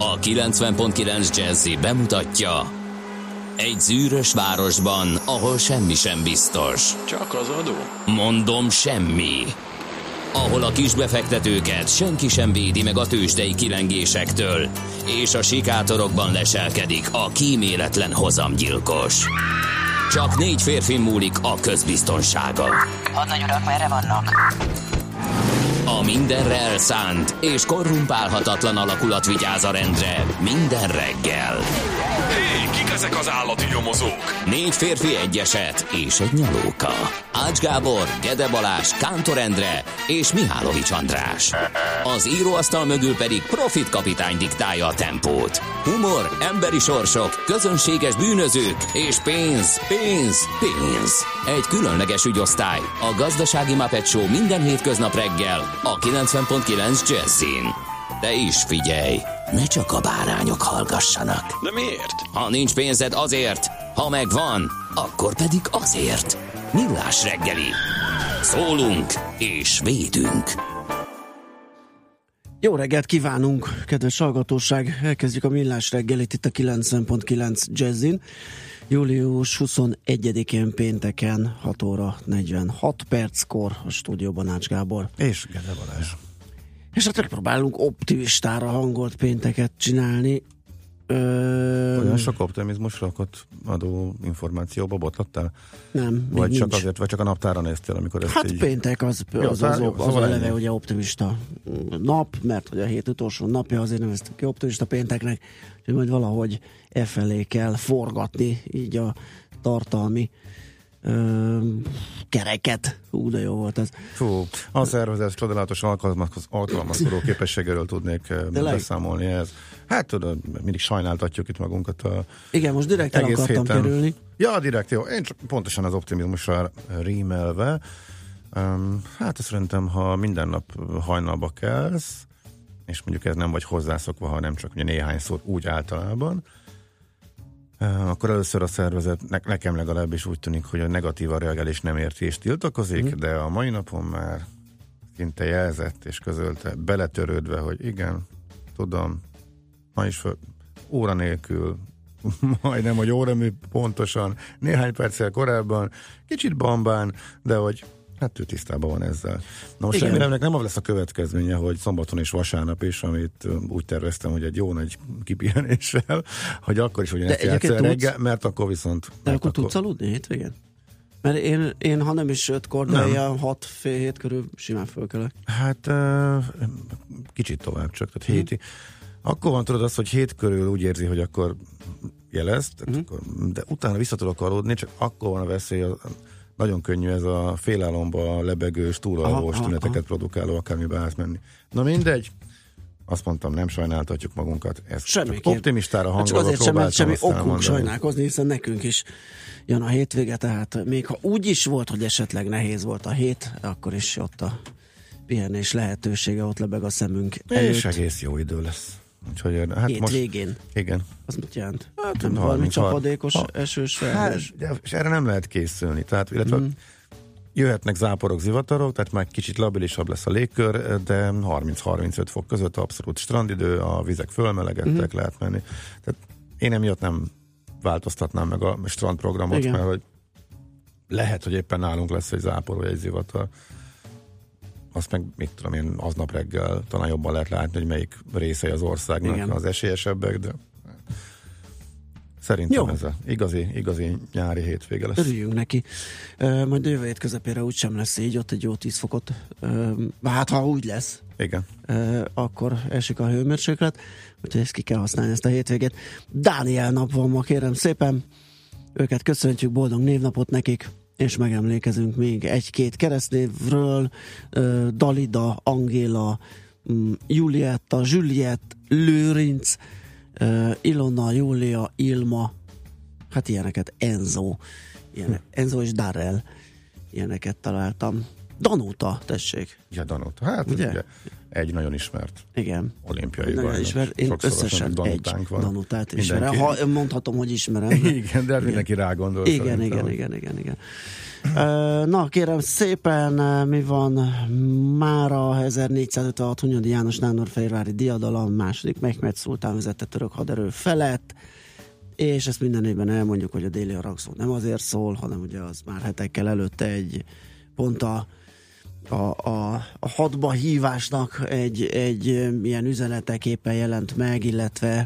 A 90.9 Jazzy bemutatja: egy zűrös városban, ahol semmi sem biztos. Csak az adó? Mondom, semmi. Ahol a kisbefektetőket senki sem védi meg a tőzsdei kilengésektől, és a sikátorokban leselkedik a kíméletlen hozamgyilkos. Csak 4 férfi múlik a közbiztonsága. Hadnagy urak, merre vannak? A mindenre elszánt és korrumpálhatatlan alakulat vigyáz a rendre minden reggel. Hé, kik ezek az állati nyomozók? 4 férfi, egy eset és egy nyalóka. Ács Gábor, Gede Balázs, Kántor Endre és Mihálovics András. Az íróasztal mögül pedig Profit kapitány diktálja a tempót. Humor, emberi sorsok, közönséges bűnözők és pénz, pénz, pénz. Egy különleges ügyosztály, a Gazdasági Muppet Show minden hétköznap reggel a 90.9 Jazzin. De is figyelj, ne csak a bárányok hallgassanak. De miért? Ha nincs pénzed, azért, ha megvan, akkor pedig azért. Millás reggeli. Szólunk és védünk. Jó reggelt kívánunk, kedves hallgatóság! Elkezdjük a Millás reggelit itt a 90.9 Jazzin. Július 21-én pénteken 6 óra 46 perckor a stúdióban Ács Gábor. És Gede Balázs. És hát próbálunk optimistára hangolt pénteket csinálni. Olyan sok optimizmusra adó információba botlattál? Nem, vagy csak nincs. azért, vagy csak a naptára néztél, amikor ezt Hát így... péntek az eleve ugye optimista nap, mert hogy a hét utolsó napja, azért neveztük ki optimista pénteknek, hogy majd valahogy felé kell forgatni így a tartalmi kereket. De jó volt ez. Fú, a szervezet csodálatos alkalmazkodó képességéről tudnék beszámolni ez. Hát tudod, mindig sajnáltatjuk itt magunkat. Igen, most direkt el akartam kerülni. Ja, direkt, jó. Én csak pontosan az optimizmusra rímelve. Hát azt szerintem, ha minden nap hajnalba kelsz, és mondjuk ez nem vagy hozzászokva, hanem csak ugye néhány szót úgy általában, akkor először a szervezet, nekem legalábbis úgy tűnik, hogy a negatív a reagálás nem érti és tiltakozik, de a mai napon már szinte jelzett és közölte, beletörődve, hogy igen, tudom, ma is óra nélkül, majdnem, hogy óramű pontosan, néhány perccel korábban, kicsit bambán, de hogy hát ő tisztában van ezzel. Na most remélem, nem az lesz a következménye, hogy szombaton és vasárnap is, amit úgy terveztem, hogy egy jó nagy kipihenéssel, hogy akkor is ugyanezt játszol reggel, mert akkor viszont... De akkor tudsz aludni hétvégén? Mert én ha nem is 5-kor, de ilyen 6-7 körül simán fölkelek. Hát kicsit tovább csak, tehát héti. Akkor van tudod azt, hogy 7 körül úgy érzi, hogy akkor jelezt, de utána vissza tudok aludni, csak akkor van a veszély, nagyon könnyű ez a félálomba lebegős, túlalvós tüneteket produkáló, akármibe átmenni. Na mindegy, azt mondtam, nem sajnáltatjuk magunkat. Ez optimistára hangolva próbáltam. Semmi okunk sajnálkozni, hiszen nekünk is jön a hétvége, tehát még ha úgy is volt, hogy esetleg nehéz volt a hét, akkor is ott a pihenés lehetősége, ott lebeg a szemünk előtt. És egész jó idő lesz. Úgyhogy, hát hétvégén? Most, igen. Az mit jelent? Hát, nem valami csapadékos, esős, felhős? Hát, és erre nem lehet készülni. Tehát, illetve jöhetnek záporok, zivatarok, tehát már kicsit labilisabb lesz a légkör, de 30-35 fok között abszolút strandidő, a vizek fölmelegedtek, lehet menni. Tehát én emiatt nem változtatnám meg a strandprogramot, igen, mert hogy lehet, hogy éppen nálunk lesz egy zápor vagy egy zivatar. Azt meg, mit tudom én, aznap reggel talán jobban lehet látni, hogy melyik részei az országnak igen, az esélyesebbek, de szerintem ez a igazi nyári hétvége lesz. Örüljünk neki. Majd jövő hét közepére úgysem lesz így, ott egy jó 10 fokot. Hát ha úgy lesz, igen, akkor esik a hőmérséklet, úgyhogy ezt ki kell használni, ezt a hétvégét. Dániel nap van ma, kérem szépen. Őket köszöntjük, boldog névnapot nekik, és megemlékezünk még egy-két keresztnévről, Dalida, Angéla, Julietta, Juliette, Lőrinc, Ilona, Júlia, Ilma, hát ilyeneket, Enzo, Enzo és Darrell, ilyeneket találtam. Danuta, tessék. Ja, Danuta, hát ugye egy nagyon ismert Igen. olimpiai Nagyon bajnok. ismert. Én összesen egy Danutát ismerem. Ha mondhatom, hogy ismerem. Igen, de mindenki rá gondol. Igen. Na, kérem szépen, mi van mára 1456 Hunyadi János Nándorfehérvári diadal, második Mehmed szultán vezette török haderő felett, és ezt minden évben elmondjuk, hogy a déli harangszó nem azért szól, hanem ugye az már hetekkel előtte egy pont a hadba hívásnak egy ilyen üzeneteképpen jelent meg, illetve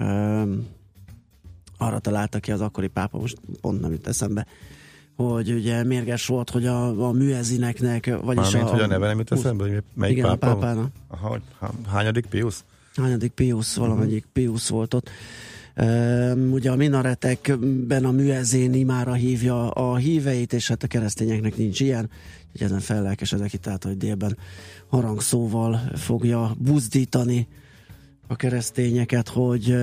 arra találta ki az akkori pápa, most pont nem jut eszembe, hogy ugye mérges volt, hogy a műezineknek, vagyis hogy a neve nem jut eszembe, hogy melyik igen, pápa? A pápának. Aha, hányadik Piusz? Hányadik Piusz, valamelyik Piusz volt ott. Ugye a minaretekben a műezén imára hívja a híveit, és hát a keresztényeknek nincs ilyen, úgyhogy ezen fellelkesedek itt át, hogy délben harangszóval fogja buzdítani a keresztényeket, hogy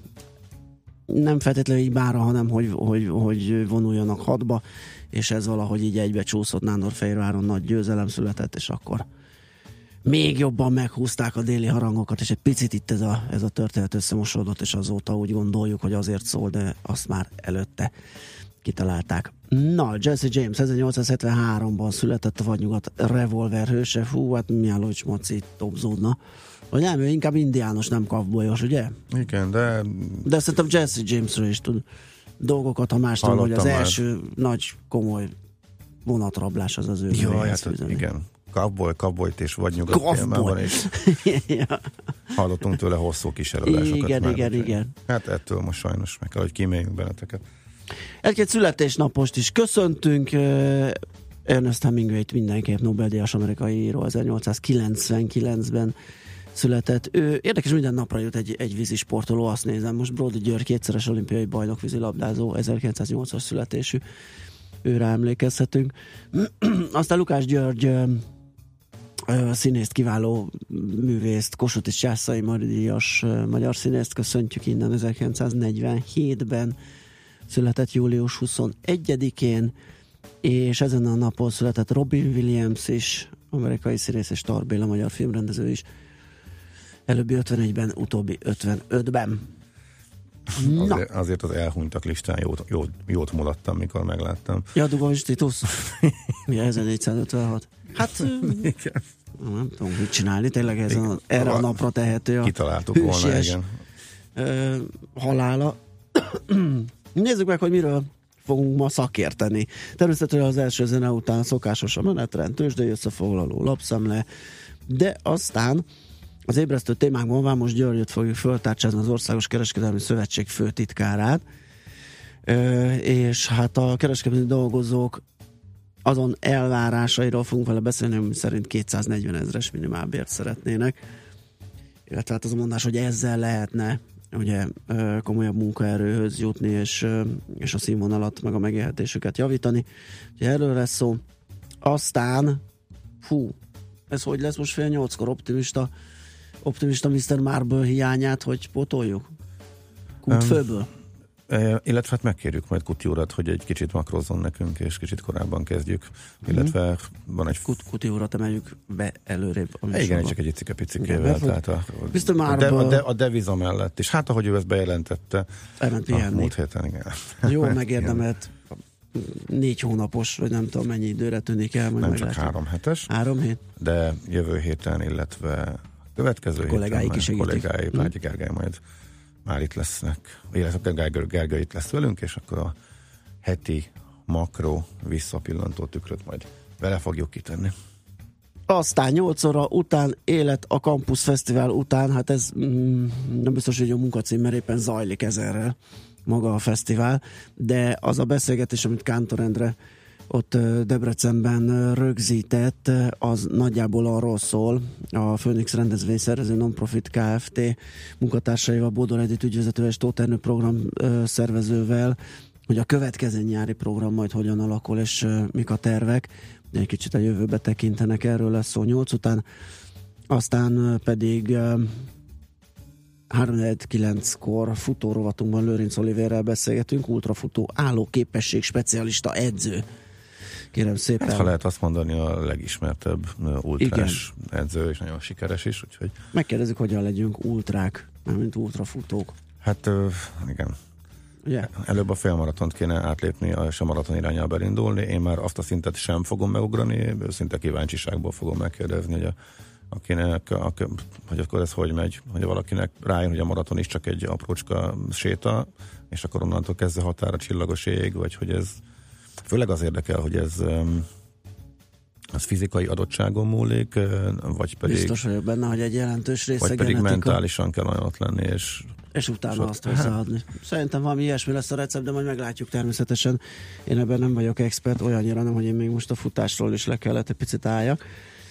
nem feltétlenül imára, hanem hogy vonuljanak hadba, és ez valahogy így egybe csúszott. Nándorfehérváron nagy győzelem született, és akkor még jobban meghúzták a déli harangokat, és egy picit itt ez a történet összemosódott, és azóta úgy gondoljuk, hogy azért szól, de azt már előtte kitalálták. Na, Jesse James 1873-ban született a vadnyugat revolver hőse. Fú, hát Mihálovics Maci topzódna. Vagy nem, ő inkább indiános, nem kavbolyos, ugye? Igen, de szerintem Jesse Jamesről is tud dolgokat, ha más tudom, hogy az első nagy komoly vonatrablás az ő. Jó, hát igen. Cowboyt és vadnyugat filmában is hallottunk tőle hosszú kis előadásokat. Igen. Hát ettől most sajnos meg kell, hogy kíméljünk benneteket. Egy-két születésnapost is köszöntünk. Ernest Hemingway-t mindenképp Nobel-díjas amerikai író 1899-ben született. Ő érdekes, minden napra jut egy vízisportoló, azt nézem. Most Bródi György kétszeres olimpiai bajnok vízilabdázó, 1908-as születésű. Őre emlékezhetünk. Aztán Lukács György színészt, kiváló művészt, Kossuth Császai díjas magyar színészt köszöntjük innen, 1947-ben született július 21-én, és ezen a napon született Robin Williams is, amerikai színész, és Tar Béla, magyar filmrendező is, előbbi 51-ben, utóbbi 55-ben. Azért az elhunytak listán jót mulattam, mikor megláttam. Ja, Dugovics Titus. Ja, 1456. Hát nem tudom, mit csinálni, tényleg erre a napra tehető a kitaláltuk volna, igen. Halála. Nézzük meg, hogy miről fogunk ma szakérteni. Természetesen az első zene után szokásos a menetrend, tőzsdei összefoglaló, lapszemle, de aztán az ébresztő témákban Vámos Györgyöt fogjuk föltárcsázni, az Országos Kereskedelmi Szövetség főtitkárát, és hát a kereskedelmi dolgozók azon elvárásairól fogunk vele beszélni, ami szerint 240 000-es minimálbért szeretnének, illetve hát az a mondás, hogy ezzel lehetne ugye komolyabb munkaerőhöz jutni, és a színvonalat, meg a megélhetésüket javítani. Ugye erről lesz szó. Aztán ez hogy lesz most 7:30-kor optimista Mr. Marble hiányát, hogy pótoljuk? Kútfőből? Illetve hát megkérjük majd Kuti urat, hogy egy kicsit makrozzon nekünk, és kicsit korábban kezdjük. Illetve van egy... Kuti urat emeljük be előrébb. Igen, csak egy icike-picikével. Tehát a deviza mellett is. Hát ahogy ő ezt bejelentette. Elment pihenni. Múlt héten, igen. Jól megérdemelt 4 hónapos, vagy nem tudom mennyi időre tűnik el. Nem csak 3 hetes. 3 hét? De jövő héten, illetve következő héten kollégái, Plágyi Gergely majd már itt lesznek, illetve Gergely itt lesz velünk, és akkor a heti makro visszapillantó tükröt majd vele fogjuk kitenni. Aztán 8 óra után élet a Campus Fesztivál után, hát ez nem biztos, hogy a munkacím, mert éppen zajlik ezerrel maga a fesztivál, de az a beszélgetés, amit Kántor Endre ott Debrecenben rögzített, az nagyjából arról szól, a Phoenix rendezvényszervező Non-Profit Kft. Munkatársaival, Bódor Edith ügyvezetővel és Tóth Ernő program szervezővel, hogy a következő nyári program majd hogyan alakul, és mik a tervek. Egy kicsit a jövőbe tekintenek, erről lesz szó 8 után. Aztán pedig 3-9-kor futórovatunkban Lőrinc Olivérrel beszélgetünk, ultrafutó állóképesség specialista edző kérem szépen. Hát, ha lehet azt mondani, a legismertebb ultrás edző, és nagyon sikeres is, úgyhogy... Megkérdezzük, hogyan legyünk ultrák, mint ultrafutók. Hát igen. Yeah. Előbb a félmaratont kéne átlépni, és a maraton irányába elindulni. Én már azt a szintet sem fogom megugrani, őszinte kíváncsiságból fogom megkérdezni, hogy hogy akkor ez hogy megy, hogy valakinek rájön, hogy a maraton is csak egy aprócska séta, és akkor onnantól kezdve határa csillagos ég, vagy hogy ez, főleg az érdekel, hogy ez az fizikai adottságon múlik, vagy pedig... Biztos vagyok benne, hogy egy jelentős része vagy pedig genetika. mentálisan kell olyan ott lenni, és utána azt összeadni. Szerintem valami ilyesmi lesz a recept, de majd meglátjuk természetesen. Én ebben nem vagyok expert, olyannyira nem, hogy én még most a futásról is le kellett egy picit álljak.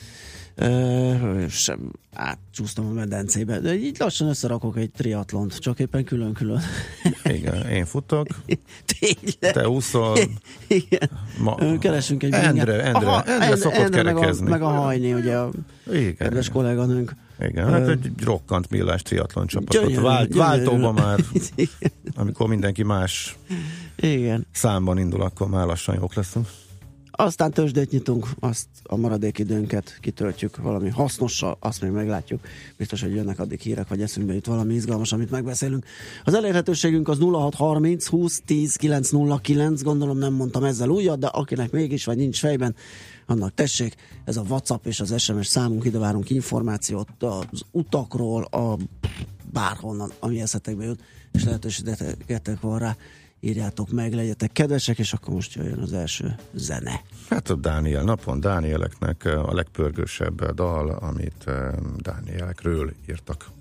Sem átcsúsztam a medencébe, de így lassan összerakok egy triatlont, csak éppen külön-külön. Igen, én futok, Tényleg. te úszol. Igen. Keresünk egy Endre szokott kerekezni. Meg a Hajni, ugye a igen, kedves kolléganőnk. Igen, hát egy rokkant millás triatlon csapatot. Váltóban már, amikor mindenki más számban indul, akkor már lassan jók leszünk. Aztán tőzsdét nyitunk, azt a maradék időnket kitöltjük valami hasznossal, azt még meglátjuk. Biztos, hogy jönnek addig hírek, vagy eszünkbe jut valami izgalmas, amit megbeszélünk. Az elérhetőségünk az 0630 20 10 909, gondolom nem mondtam ezzel újat, de akinek mégis, vagy nincs fejben, annak tessék, ez a WhatsApp és az SMS számunk, ide várunk információt az utakról, bárhonnan, ami eszetekbe jut, és lehetőségetek van rá. Írjátok meg, legyetek kedvesek, és akkor most jöjjön az első zene. Hát a Dániel napon, Dánieleknek a legpörgősebb dal, amit Dánielekről írtak.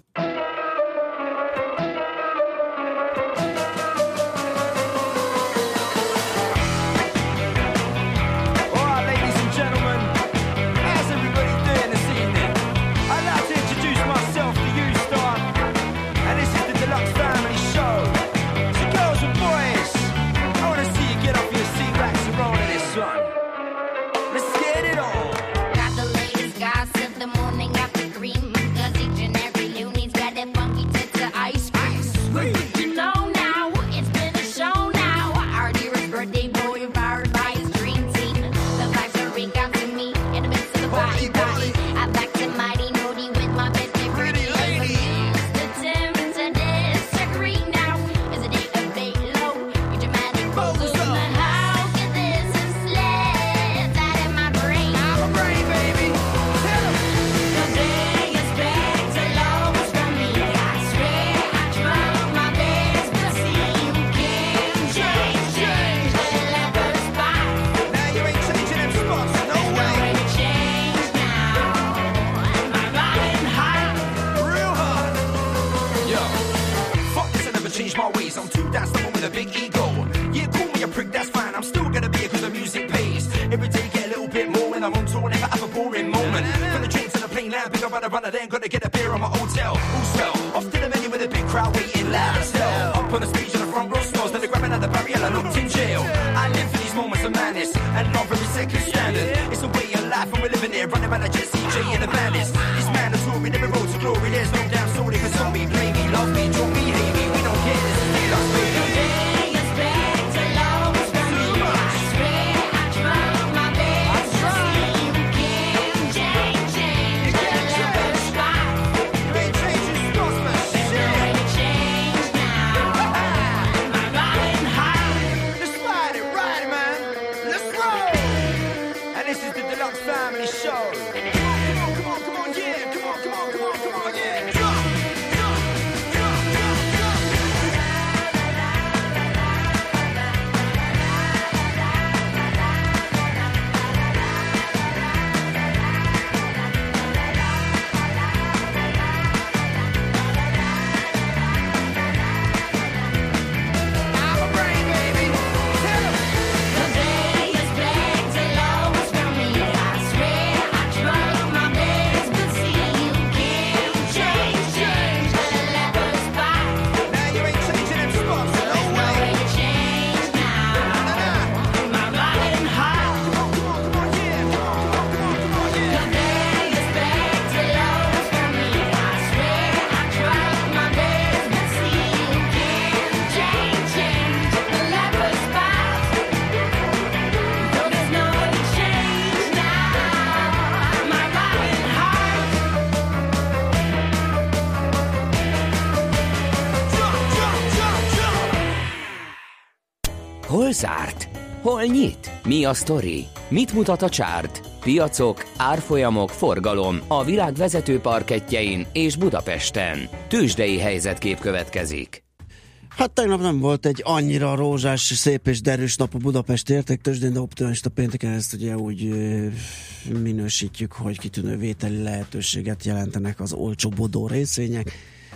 Hol zárt? Hol nyit? Mi a sztori? Mit mutat a csárt? Piacok, árfolyamok, forgalom a világ vezető parkettjein és Budapesten. Tőzsdei helyzetkép következik. Hát tegnap nem volt egy annyira rózsás, szép és derűs nap a Budapest értéktőzsdén, de optimista pénteken ezt ugye úgy minősítjük, hogy kitűnő vételi lehetőséget jelentenek az olcsóbodó részvények.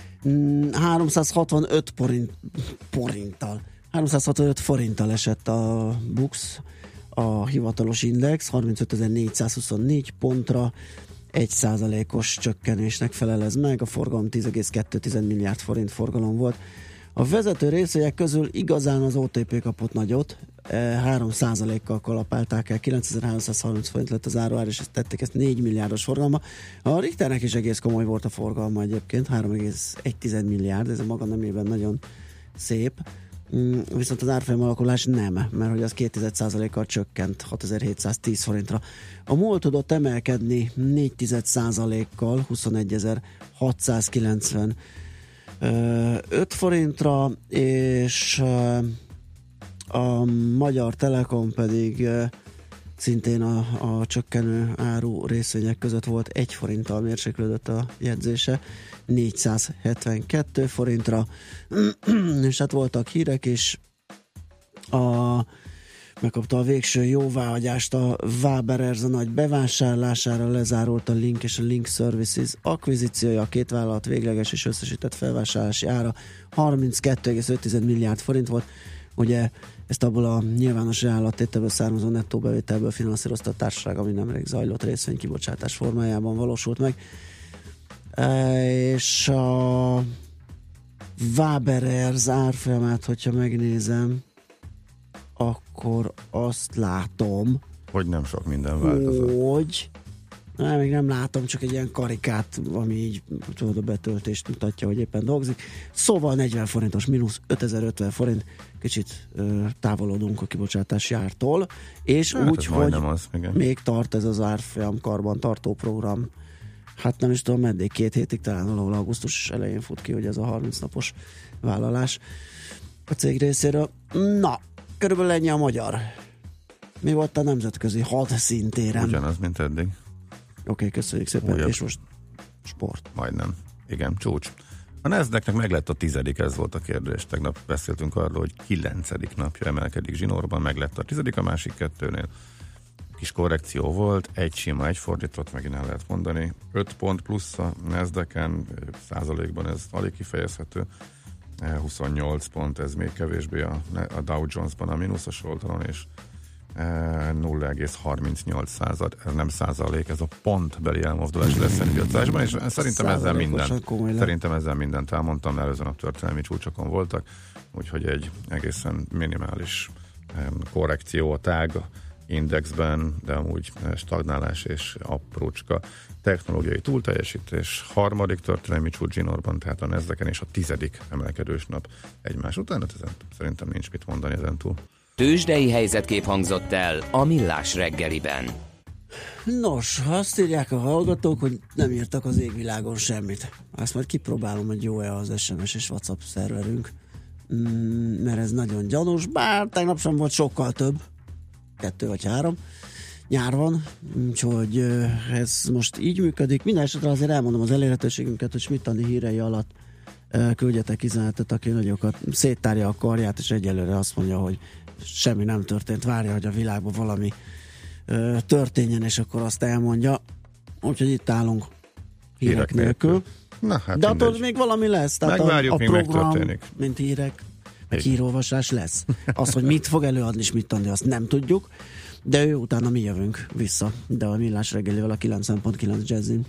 365 forinttal esett a BUX, a hivatalos index, 35.424 pontra, 1%-os csökkenésnek felel ez meg, a forgalom 10,2 milliárd forint forgalom volt. A vezető részvények közül igazán az OTP kapott nagyot, 3%-kal kalapálták el, 9330 forint lett az áruár, és tették ezt 4 milliárdos forgalma. A Richternek is egész komoly volt a forgalma egyébként, 3,1 milliárd, ez a maga nemében nagyon szép, viszont az árfolyam alakulás nem, mert hogy az 2,1%-kal csökkent 6710 forintra. A MOL tudott emelkedni 4,1%-kal 21.690 5 forintra, és a Magyar Telekom pedig szintén a csökkenő áru részvények között volt 1 forinttal mérséklődött a jegyzése, 472 forintra, és hát voltak hírek is, megkapta a végső jóváhagyást a Waberers a nagy bevásárlására, lezárult a Link és a Link Services akvizíciója, a két vállalat végleges és összesített felvásárlási ára 32,5 milliárd forint volt. Ugye ezt abból a nyilvános ajánlattételből származó nettó bevételből finanszírozta a társaság, ami nemrég zajlott részvénykibocsátás formájában valósult meg. És a Waberers árfolyamát, hogyha megnézem, akkor azt látom, hogy nem sok minden változott. Hogy még nem látom, csak egy ilyen karikát, ami így tudod, a betöltést mutatja, hogy éppen dolgozik. Szóval 40 forintos mínusz, 5050 forint, kicsit távolodunk a kibocsátási ártól, és hát úgy, hogy az, még tart ez az árfolyam karban tartó program. Hát nem is tudom meddig, 2 hétig, talán valahol augusztus elején fut ki, hogy ez a 30 napos vállalás a cég részéről. Na, körülbelül ennyi a magyar. Mi volt a nemzetközi hadszintéren? Ugyanaz, mint eddig. Oké, köszönjük szépen. Újabb. És most sport. Majdnem. Igen, csúcs. A Nasdaqnek meg lett a 10., ez volt a kérdés. Tegnap beszéltünk arról, hogy 9. napja emelkedik zsinórban, meg lett a 10. a másik kettőnél. Kis korrekció volt, egy sima, egy fordított, megint el lehet mondani. 5 pont plusz a Nasdaqen, százalékban ez alig kifejezhető. 28 pont, ez még kevésbé a Dow Jones-ban a mínuszos oldalon, és 0,38 ez nem százalék, ez a pontbeli elmozdulás lesz a piacásban, és szerintem ezzel mindent elmondtam, előző nap történelmi csúcsokon voltak, úgyhogy egy egészen minimális korrekció a tág indexben, de amúgy stagnálás és aprócska technológiai túlteljesítés, harmadik történelmi csúcs zsinórban, tehát a Nasdaqen és a 10. emelkedős nap egymás után, szerintem nincs mit mondani ezen túl. Tőzsdei helyzetkép hangzott el a Millás reggeliben. Nos, azt írják a hallgatók, hogy nem írtak az égvilágon semmit. Azt majd kipróbálom, hogy jó-e az SMS és WhatsApp szerverünk, mert ez nagyon gyanús, bár tegnap sem volt sokkal több, 2 vagy 3 nyár van, úgyhogy ez most így működik. Minden esetre azért elmondom az elérhetőségünket, hogy Schmidt-Andi hírei alatt küldjetek üzenetet, aki nagyokat széttárja a karját, és egyelőre azt mondja, hogy semmi nem történt, várja, hogy a világban valami történjen, és akkor azt elmondja. Úgyhogy itt állunk hírek nélkül. Na, hát de attól még valami lesz. Tehát megvárjuk, a program, megtörténik. Mint hírek, meg hírolvasás lesz. Az, hogy mit fog előadni Schmidt-Andi, azt nem tudjuk, de ő utána mi jövünk vissza. De a Millás reggelivel a 90.9 Jazzin.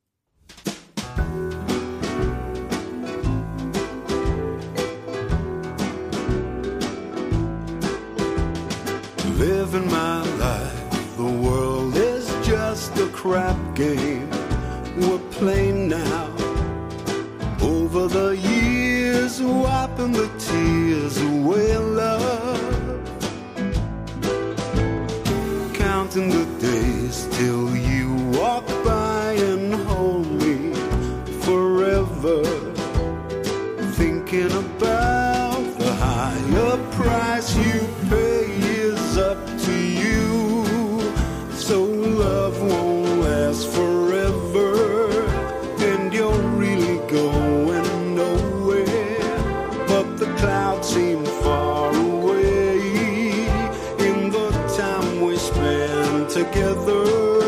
Living my life, the world is just a crap game we're playing now. Over the years, wiping the tears away, love. Counting the days till you walk by and hold me forever. Thinking about the higher price price you pay is up to you. So love won't last forever, and you're really going nowhere. But the clouds seem far away in the time we spend together.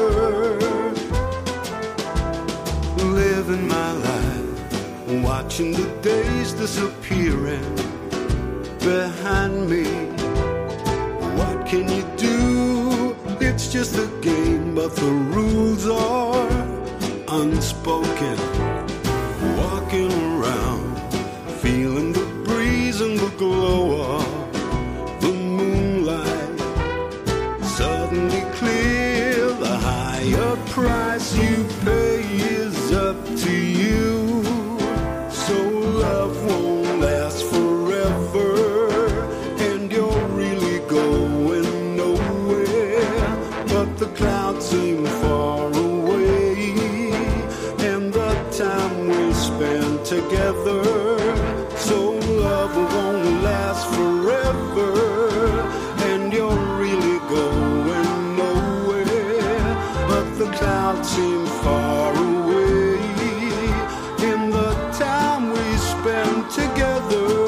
Living my life, watching the days disappearing behind me. What can you do? It's just a game, but the rules are unspoken. Walking around, feeling the breeze and the glow of the moonlight. Suddenly clear, the higher price you pay is up to you. So love won't last forever, and you're really going nowhere. But the clouds seem far away, and the time we spend together. So love won't last forever, and you're really going nowhere. But the clouds seem far away in the time we spend together.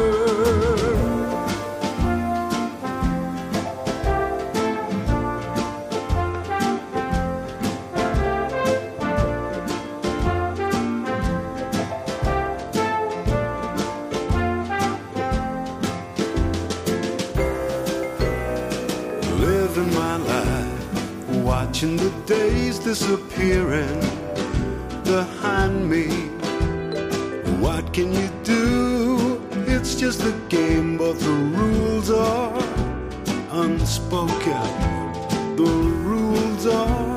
Living my life, watching the days disappearing behind me. What can you do? It's just a game, but the rules are unspoken. The rules are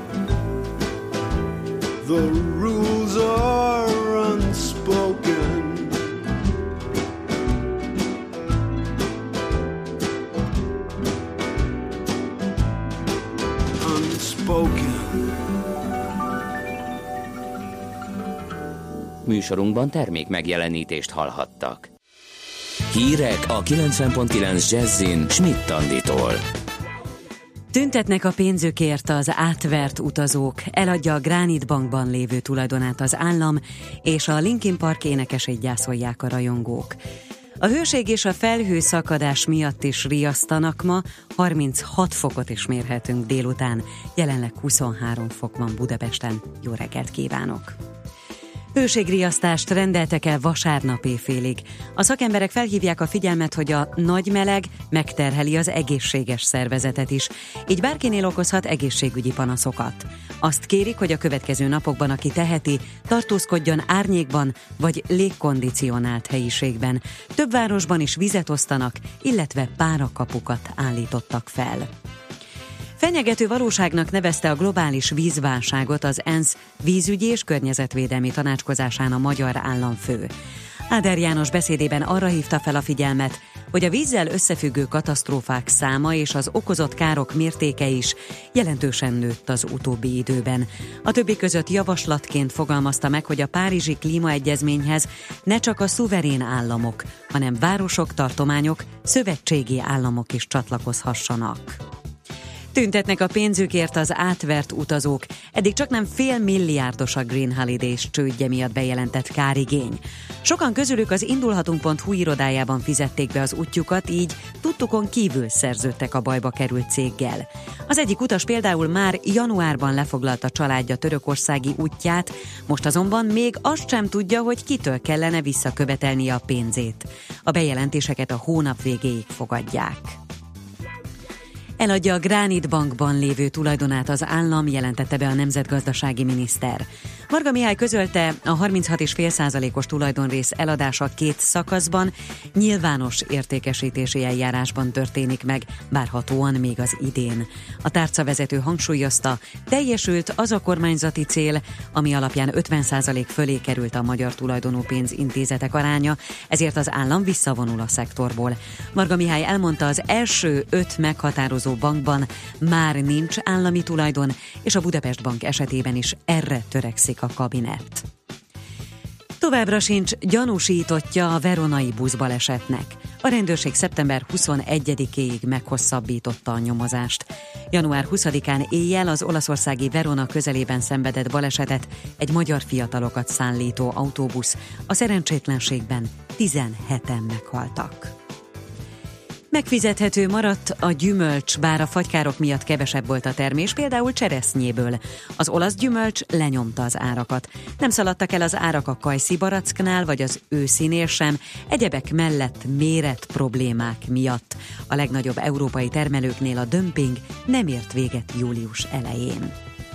unspoken. Műsorunkban termék megjelenítést hallhattak. Hírek a 90.9 Jazzin Schmidt Anditól. Tüntetnek a pénzükért az átvert utazók, eladja a Granite Bankban lévő tulajdonát az állam, és a Linkin Park énekesét gyászolják a rajongók. A hőség és a felhőszakadás miatt is riasztanak ma, 36 fokot is mérhetünk délután, jelenleg 23 fok van Budapesten. Jó reggelt kívánok! Hőségriasztást rendeltek el vasárnap éjfélig. A szakemberek felhívják a figyelmet, hogy a nagy meleg megterheli az egészséges szervezetet is, így bárkinél okozhat egészségügyi panaszokat. Azt kérik, hogy a következő napokban, aki teheti, tartózkodjon árnyékban vagy légkondicionált helyiségben. Több városban is vizet osztanak, illetve párakapukat állítottak fel. Fenyegető valóságnak nevezte a globális vízválságot az ENSZ vízügyi és környezetvédelmi tanácskozásán a magyar államfő. Áder János beszédében arra hívta fel a figyelmet, hogy a vízzel összefüggő katasztrófák száma és az okozott károk mértéke is jelentősen nőtt az utóbbi időben. A többi között javaslatként fogalmazta meg, hogy a Párizsi Klímaegyezményhez ne csak a szuverén államok, hanem városok, tartományok, szövetségi államok is csatlakozhassanak. Tüntetnek a pénzükért az átvert utazók. Eddig csaknem $500 milliárdos a Green Holidays csődje miatt bejelentett kárigény. Sokan közülük az indulhatunk.hu irodájában fizették be az útjukat, így tudtukon kívül szerződtek a bajba került céggel. Az egyik utas például már januárban lefoglalta családja törökországi útját, most azonban még azt sem tudja, hogy kitől kellene visszakövetelnie a pénzét. A bejelentéseket a hónap végéig fogadják. Eladja a Granite Bankban lévő tulajdonát az állam, jelentette be a nemzetgazdasági miniszter. Varga Mihály közölte, a 36,5%-os tulajdonrész eladása 2 szakaszban, nyilvános értékesítési eljárásban történik meg, várhatóan még az idén. A tárcavezető hangsúlyozta, teljesült az a kormányzati cél, ami alapján 50% fölé került a magyar tulajdonú pénzintézetek aránya, ezért az állam visszavonul a szektorból. Varga Mihály elmondta, az első 5 meghatározó bankban már nincs állami tulajdon, és a Budapest Bank esetében is erre törekszik a kabinet. Továbbra sincs gyanúsítottja a veronai buszbalesetnek. A rendőrség szeptember 21-éig meghosszabbította a nyomozást. Január 20-án éjjel az olaszországi Verona közelében szenvedett balesetet egy magyar fiatalokat szállító autóbusz. A szerencsétlenségben 17-en meghaltak. Megfizethető maradt a gyümölcs, bár a fagykárok miatt kevesebb volt a termés, például cseresznyéből. Az olasz gyümölcs lenyomta az árakat. Nem szaladtak el az árak a kajszi baracknál, vagy az őszinél sem, egyebek mellett méret problémák miatt. A legnagyobb európai termelőknél a dömping nem ért véget július elején.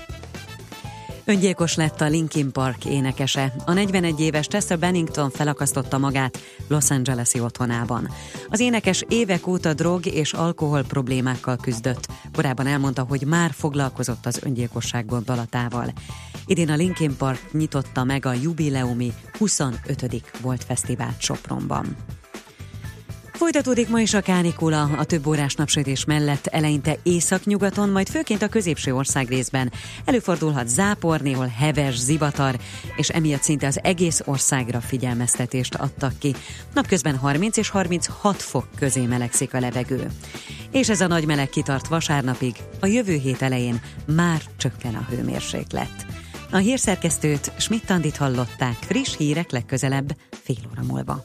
Öngyilkos lett a Linkin Park énekese. A 41 éves Chester Bennington felakasztotta magát Los Angeles-i otthonában. Az énekes évek óta drog és alkohol problémákkal küzdött. Korábban elmondta, hogy már foglalkozott az öngyilkosság gondolatával. Idén a Linkin Park nyitotta meg a jubileumi 25. Volt fesztivált Sopronban. Folytatódik ma is a kánikula, a több órás napsütés mellett eleinte északnyugaton, majd főként a középső országrészben. Előfordulhat zápor, néhol heves zivatar, és emiatt szinte az egész országra figyelmeztetést adtak ki. Napközben 30 és 36 fok közé melegszik a levegő. És ez a nagy meleg kitart vasárnapig, a jövő hét elején már csökken a hőmérséklet. A hírszerkesztőt, Schmidt-Andit hallották, friss hírek legközelebb fél óra múlva.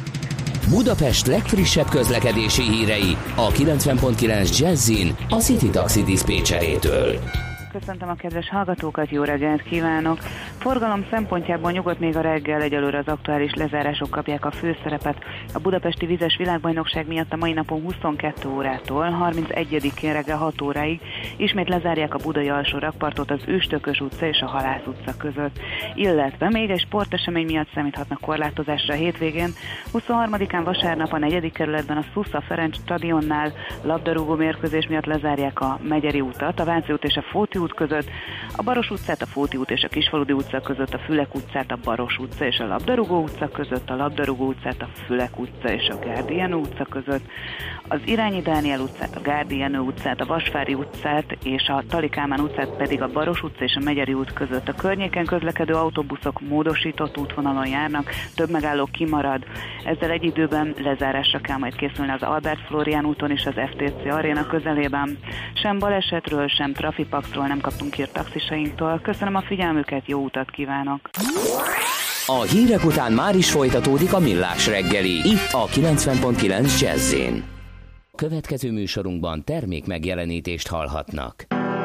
Budapest legfrissebb közlekedési hírei a 90.9 Jazzin a City Taxi diszpécserétől. Köszöntöm a kedves hallgatókat, jó reggelt kívánok! Forgalom szempontjából nyugodt még a reggel, egyelőre az aktuális lezárások kapják a főszerepet. A budapesti vizes világbajnokság miatt a mai napon 22 órától 31-én reggel 6 óráig ismét lezárják a budai alsó rakpartot az Üstökös utca és a Halász utca között. Illetve még egy sportesemény miatt számíthatnak korlátozásra a hétvégén. 23-án vasárnap a 4. kerületben a Szusza Ferenc stadionnál labdarúgó mérkőzés miatt lezárják a Megyeri utat, a Váci út és a Fóti út között, a Baros utcát, a Fóti út és a Kisfaludy utca között, a Fülek utcát, a Baros utca és a Labdarúgó utca között, a Labdarúgó utcát, a Fülek utca és a Gárdi Jenő utca között, az Irányi Dániel utcát, a Gárdi Jenő utcát, a Vasvári utcát és a Tali Kálmán utcát pedig a Baros utca és a Megyeri út között. A környéken közlekedő autóbuszok módosított útvonalon járnak, több megálló kimarad. Ezzel egy időben lezárásra kell majd készülni az Albert Flórián úton és az FTC Aréna közelében. Sem balesetről, sem trafipaxról nem kaptunk hírt taxisainktól. Köszönöm a figyelmüket, jó utat kívánok! A hírek után már is folytatódik a Millás reggeli, itt a 90.9 Jazz-én. Következő műsorunkban termék megjelenítést hallhatnak.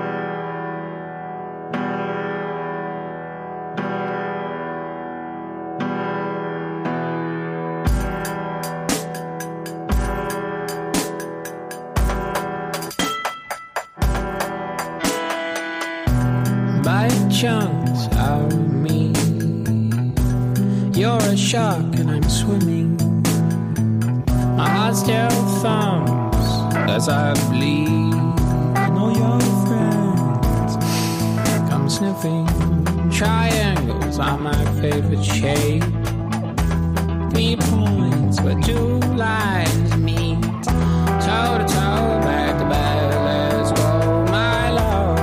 Chunks out of me. You're a shark and I'm swimming. My heart still thumps as I bleed. And all your friends come sniffing. Triangles are my favorite shape. 3 points where 2 lines meet. Toe to toe, back to back. Let's go, my love.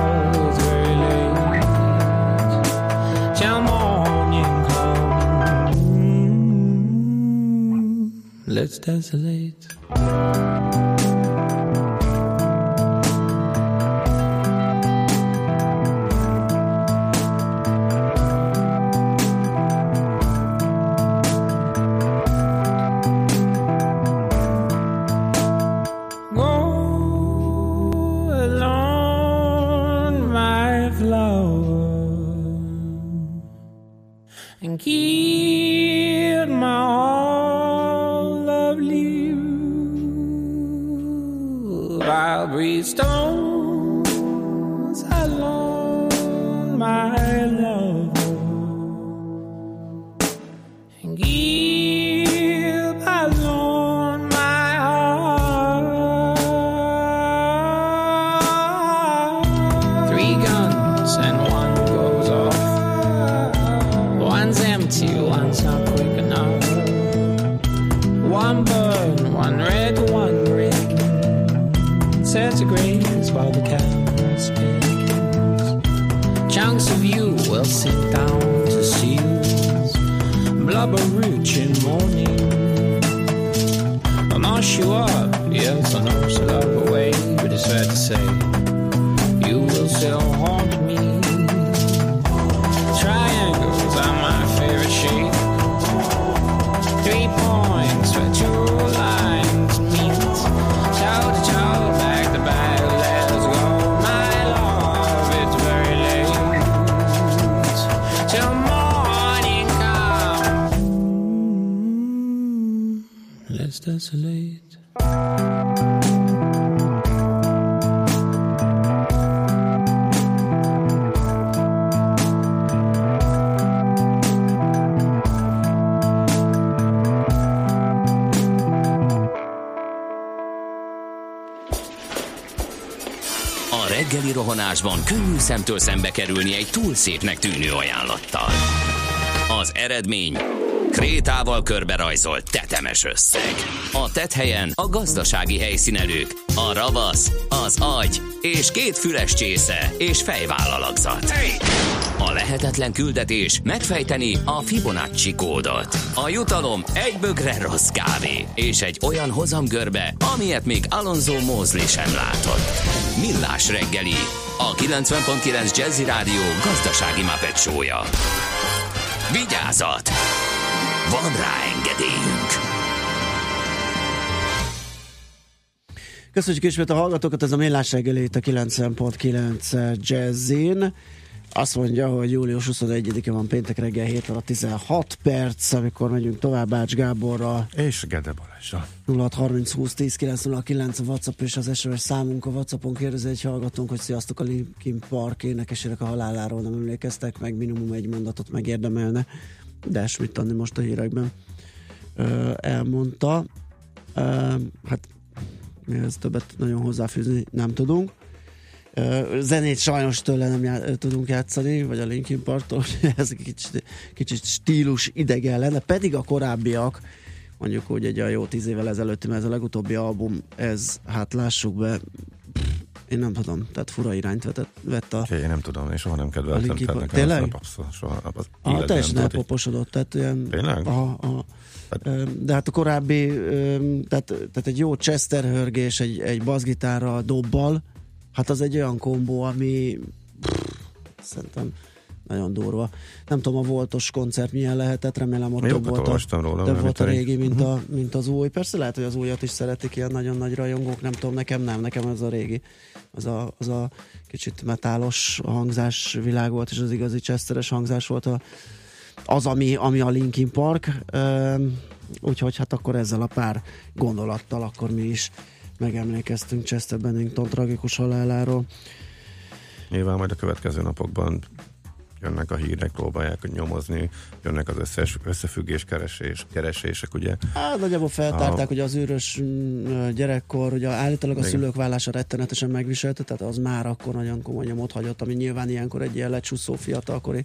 Let's desolate. Go alone, my flower, and keep my all lovely. I'll breathe stones alone, my love, and keep alone my heart. 3 guns and 1 goes off. One's empty, one's not quick enough. 1 burn, 1 red, 1 green. Centigrades while the candle spins. Chunks of you will sink down to seals. Blubber rich in morning. I'll nosh you up, yes, I'll nosh you up away, but it's fair to say, you will still haunt me. Triangles are my favorite shape. 3 points where 2 lines meet. Toe to toe, back to back, let's go. My love, it's very late. Till morning come. Let's desolate. Reggeli rohanásban könnyű szemtől szembe kerülni egy túl szépnek tűnő ajánlattal. Az eredmény krétával körberajzolt tetemes összeg. A tetthelyen a gazdasági helyszínelők, a ravasz, az agy és 2 füles csésze és fejvállalakzat. A lehetetlen küldetés megfejteni a Fibonacci kódot. A jutalom egy bögre rossz kávé és egy olyan hozamgörbe, amilyet még Alonso Mosley sem látott. Millás reggeli, a 90.9 Jazzy Rádió gazdasági Muppet show-ja. Vigyázat! Van rá engedélyünk! Köszönjük ismét a hallgatókat, ez a Millás reggeli itt a 90.9 Jazzin. Azt mondja, hogy július 21-e van péntek reggel 7 óra 16 perc, amikor megyünk tovább Ács Gáborral. És Gede Balázsra. 0630 20 10 909 a WhatsApp és az SMS számunk. A WhatsAppon kérdezi egy hallgatónk, hogy sziasztok, a Linkin Park énekesének a haláláról nem emlékeztek meg, minimum egy mondatot megérdemelne. De Schmidt Anni most a hírekben elmondta. Hát mi ez többet nagyon hozzáfűzni nem tudunk. Zenét sajnos tőle nem tudunk játszani, vagy a Linkin Parktól, ez kicsit stílus idegen lenne, pedig a korábbiak, mondjuk úgy egy a jó 10 évvel ezelőtti, mert ez a legutóbbi album, ez, hát lássuk be, én nem tudom, tehát fura irányt vett a... Én nem tudom, és soha nem kedveltem. Tényleg? Teljesen elpoposodott, tehát ilyen... Tényleg? De hát a korábbi, tehát egy jó Chester hörgés, egy basszgitárral, dobbal, hát az egy olyan kombó, ami szerintem nagyon durva. Nem tudom, a Voltos koncert milyen lehetett, remélem ott több volt a régi, mint az új. Persze lehet, hogy az újat is szeretik ilyen nagyon nagy rajongók, nem tudom, nekem ez a régi. Az a kicsit metálos hangzás világ volt, és az igazi Chesteres hangzás volt az, ami a Linkin Park. Úgyhogy hát akkor ezzel a pár gondolattal akkor mi is megemlékeztünk Chester Bennington tragikus haláláról. Nyilván majd a következő napokban jönnek a hírek, próbálják nyomozni, jönnek az összefüggés keresések, ugye? Hát nagyjából feltárták, hogy az űrös gyerekkor, ugye állítólag a szülők vállása rettenetesen megviselte, tehát az már akkor nagyon komoly nyomot hagyott, ami nyilván ilyenkor egy ilyen lecsúszó fiatalkori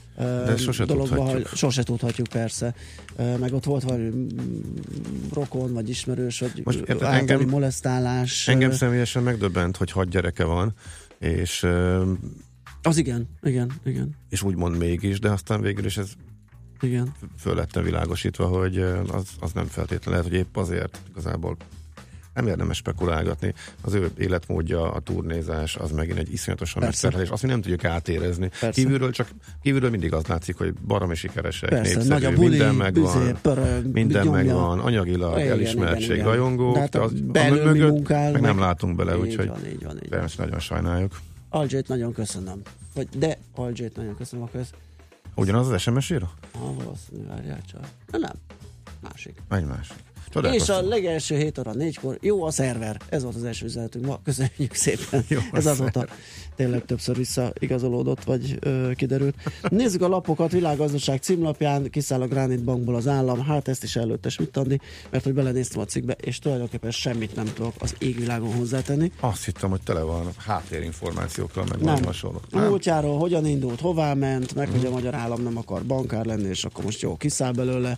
sose tudhatjuk, persze. Meg ott volt valami rokon, vagy ismerős, vagy általi molesztálás. Engem személyesen megdöbbent, hogy 6 gyereke van, és az igen. És úgymond mégis, de aztán végül is ez föl lettem világosítva, hogy az nem feltétlenül lehet, hogy épp azért igazából nem érdemes spekulálgatni. Az ő életmódja, a turnézás, az megint egy iszonyatosan megszerelés. Azt mi nem tudjuk átérezni. Kívülről mindig az látszik, hogy baromi sikeresek, népszerű, minden megvan, minden megvan, anyagilag, elismertség, rajongók, hát mögött meg nem látunk bele, úgyhogy nagyon sajnáljuk. Algyét nagyon köszönöm. De Algyét nagyon köszönöm, akkor ez... Ugyanaz az SMS író? Valószínű, várjál csak. Nem, másik. Egy másik. És a legelső 7 óra 4-kor jó a szerver. Ez volt az első üzenetünk ma. Köszönjük szépen. Ez azóta tényleg többször visszaigazolódott, vagy kiderült. Nézzük a lapokat. Világgazdaság címlapján kiszáll a Granit Bankból az állam. Hát ezt is előtte Schmidt Andi, mert hogy belenéztem a cikkbe, és tulajdonképpen semmit nem tudok az égvilágon hozzátenni. Azt hittem, hogy tele van háttérinformációkkal, meg valami hasonló. Múltjáról hogyan indult, hová ment, meg hogy a magyar állam nem akar bankár lenni, és akkor most jó, kiszáll belőle.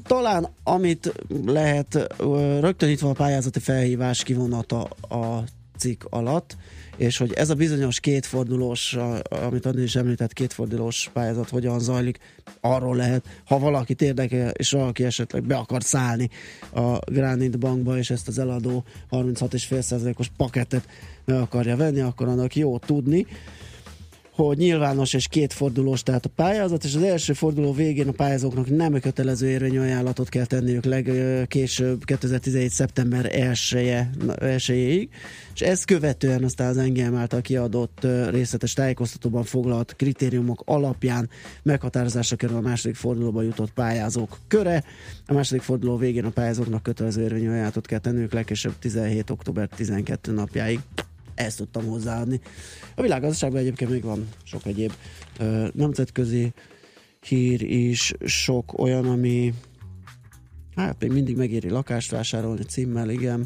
Talán amit lehet, rögtön itt van a pályázati felhívás kivonata a cikk alatt, és hogy ez a bizonyos kétfordulós, amit Andi is említett, kétfordulós pályázat hogyan zajlik, arról lehet, ha valakit érdekel, és valaki esetleg be akar szállni a Granit Bankba, és ezt az eladó 36,5%-os pakettet meg akarja venni, akkor annak jó tudni, hogy nyilvános és kétfordulós tehát a pályázat, és az első forduló végén a pályázóknak nem kötelező érvényű ajánlatot kell tenniük legkésőbb 2017. szeptember 1-ig, és ezt követően aztán az NGM által kiadott részletes tájékoztatóban foglalt kritériumok alapján meghatározásra kerül a második fordulóba jutott pályázók köre. A második forduló végén a pályázóknak kötelező érvényű ajánlatot kell tenniük legkésőbb 17. október 12 napjáig. Ezt tudtam hozzáadni. A világgazdaságban egyébként még van sok egyéb nemzetközi hír is, sok olyan, ami hát még mindig megéri lakást vásárolni címmel, igen.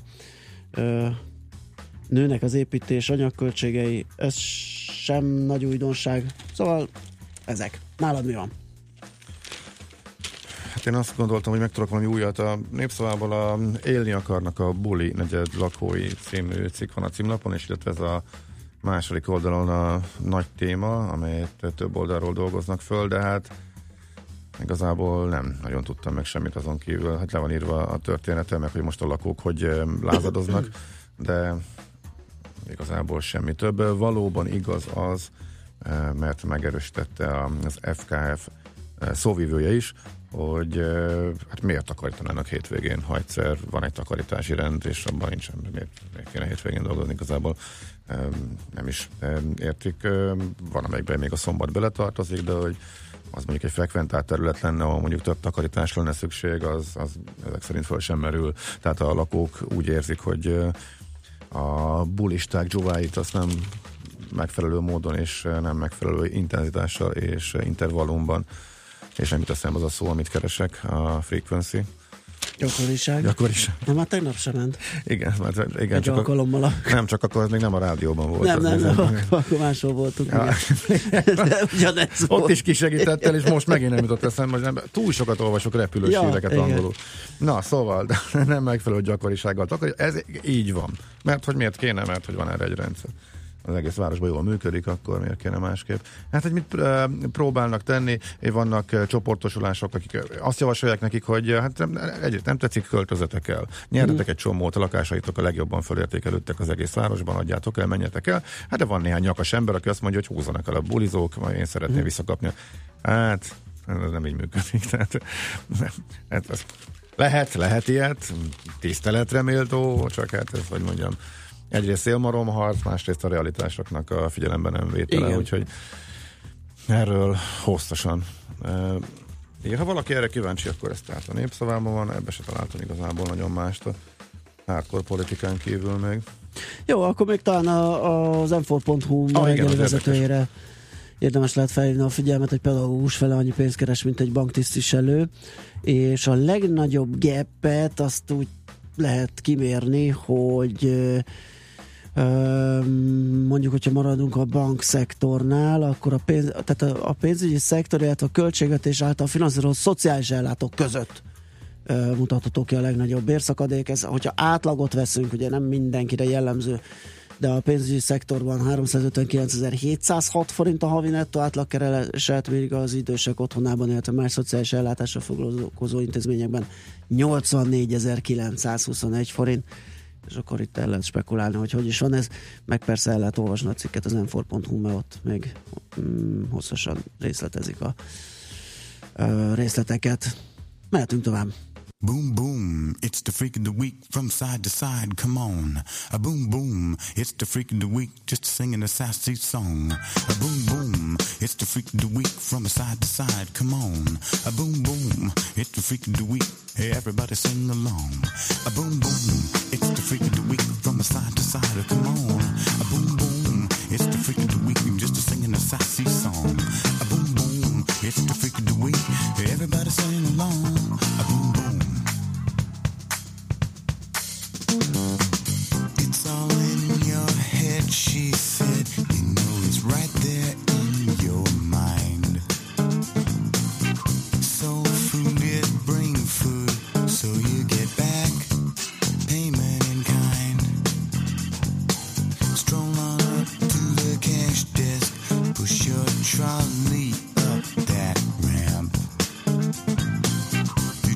Nőnek az építés anyagköltségei, ez sem nagy újdonság. Szóval ezek. Nálad mi van? Hát én azt gondoltam, hogy megtudok valami újat. A Népszavában Élni akarnak a buli negyed lakói című cikk van a címlapon, és illetve ez a második oldalon a nagy téma, amelyet több oldalról dolgoznak föl, de hát igazából nem nagyon tudtam meg semmit azon kívül. Hát le van írva a története, meg hogy most a lakók hogy lázadoznak, de igazából semmi több. Valóban igaz az, mert megerősítette az FKF szóvivője is, hogy hát miért takarítanának hétvégén, ha egyszer van egy takarítási rend, és abban nincsen, miért kéne hétvégén dolgozni, igazából nem is értik. Van, amelyikben még a szombat beletartozik, de hogy az mondjuk egy frekventált terület lenne, ahol mondjuk több takarítás lenne szükség, az ezek szerint föl sem merül. Tehát a lakók úgy érzik, hogy a bulisták dzsuváit azt nem megfelelő módon és nem megfelelő intenzitással és intervallumban, és nem jut eszembe az a szó, amit keresek, a frequency. Gyakoriság. Nem, már tegnap sem ment. Igen, mert igen, csak alkalommal nem, csak akkor még nem a rádióban volt. Nem, akkor máshol voltunk. Ja. Ott is kisegítettel, és most megint nem jutott eszembe, hogy nem, túl sokat olvasok repülős híreket angolul. Na, szóval, de nem megfelelő gyakorisággal. Ez így van. Mert hogy miért kéne, mert hogy van erre egy rendszer. Az egész városban jól működik, akkor miért kéne másképp? Hát, hogy mit próbálnak tenni, vannak csoportosulások, akik azt javasolják nekik, hogy hát nem tetszik, költözetek el. Nyertetek egy csomót, a lakásaitok a legjobban felértékelődtek az egész városban, adjátok el, menjetek el. Hát de van néhány nyakas ember, aki azt mondja, hogy húzzanak el a bulizók, majd én szeretném visszakapni. Hát, ez nem így működik. Tehát, lehet ilyet, tiszteletre méltó, csak hát ez, hogy mondjam, egyrészt szélmaromharc, másrészt a realitásoknak a figyelemben nem vétele, úgyhogy erről hosszasan. Ha valaki erre kíváncsi, akkor ez tehát a Népszavában van, ebbe se találtam igazából nagyon mást a hardcore politikán kívül még. Jó, akkor még talán az m4.hu reggeli vezetőjére érdemes lehet felhívni a figyelmet, hogy pedagógus fele annyi pénzt keres, mint egy banktisztviselő, és a legnagyobb gapet azt úgy lehet kimérni, hogy mondjuk, hogyha maradunk a bankszektornál, akkor tehát a pénzügyi szektor, illetve a költségvetés által finanszírozott szociális ellátók között mutatható ki a legnagyobb bérszakadék. Ez, hogyha átlagot veszünk, ugye nem mindenkire jellemző, de a pénzügyi szektorban 359.706 forint a havi nettó átlagkereset, míg az idősek otthonában, illetve más szociális ellátásra foglalkozó intézményekben 84.921 forint, és akkor itt el lehet spekulálni, hogy is van ez, meg persze el lehet olvasni a cikket az m4.hu, mert ott még hosszasan részletezik a részleteket. Mehetünk tovább. Boom, boom, it's the freak of the week from side to side, come on. A boom, boom, it's the freak of the week just singing a sassy song. A boom, boom, it's the freak of the week from side to side, come on. A boom, boom, it's the freak of the week, hey, everybody sing along. A boom, boom, it's the freak of the week from side to side, come on. A boom, boom, it's the freak of the week just singing a sassy song. A boom, boom, it's the freak of the week, hey, everybody sing along. A boom, boom. It's all in your head, she said. You know it's right there in your mind. Soul food is brain food, so you get back payment in kind.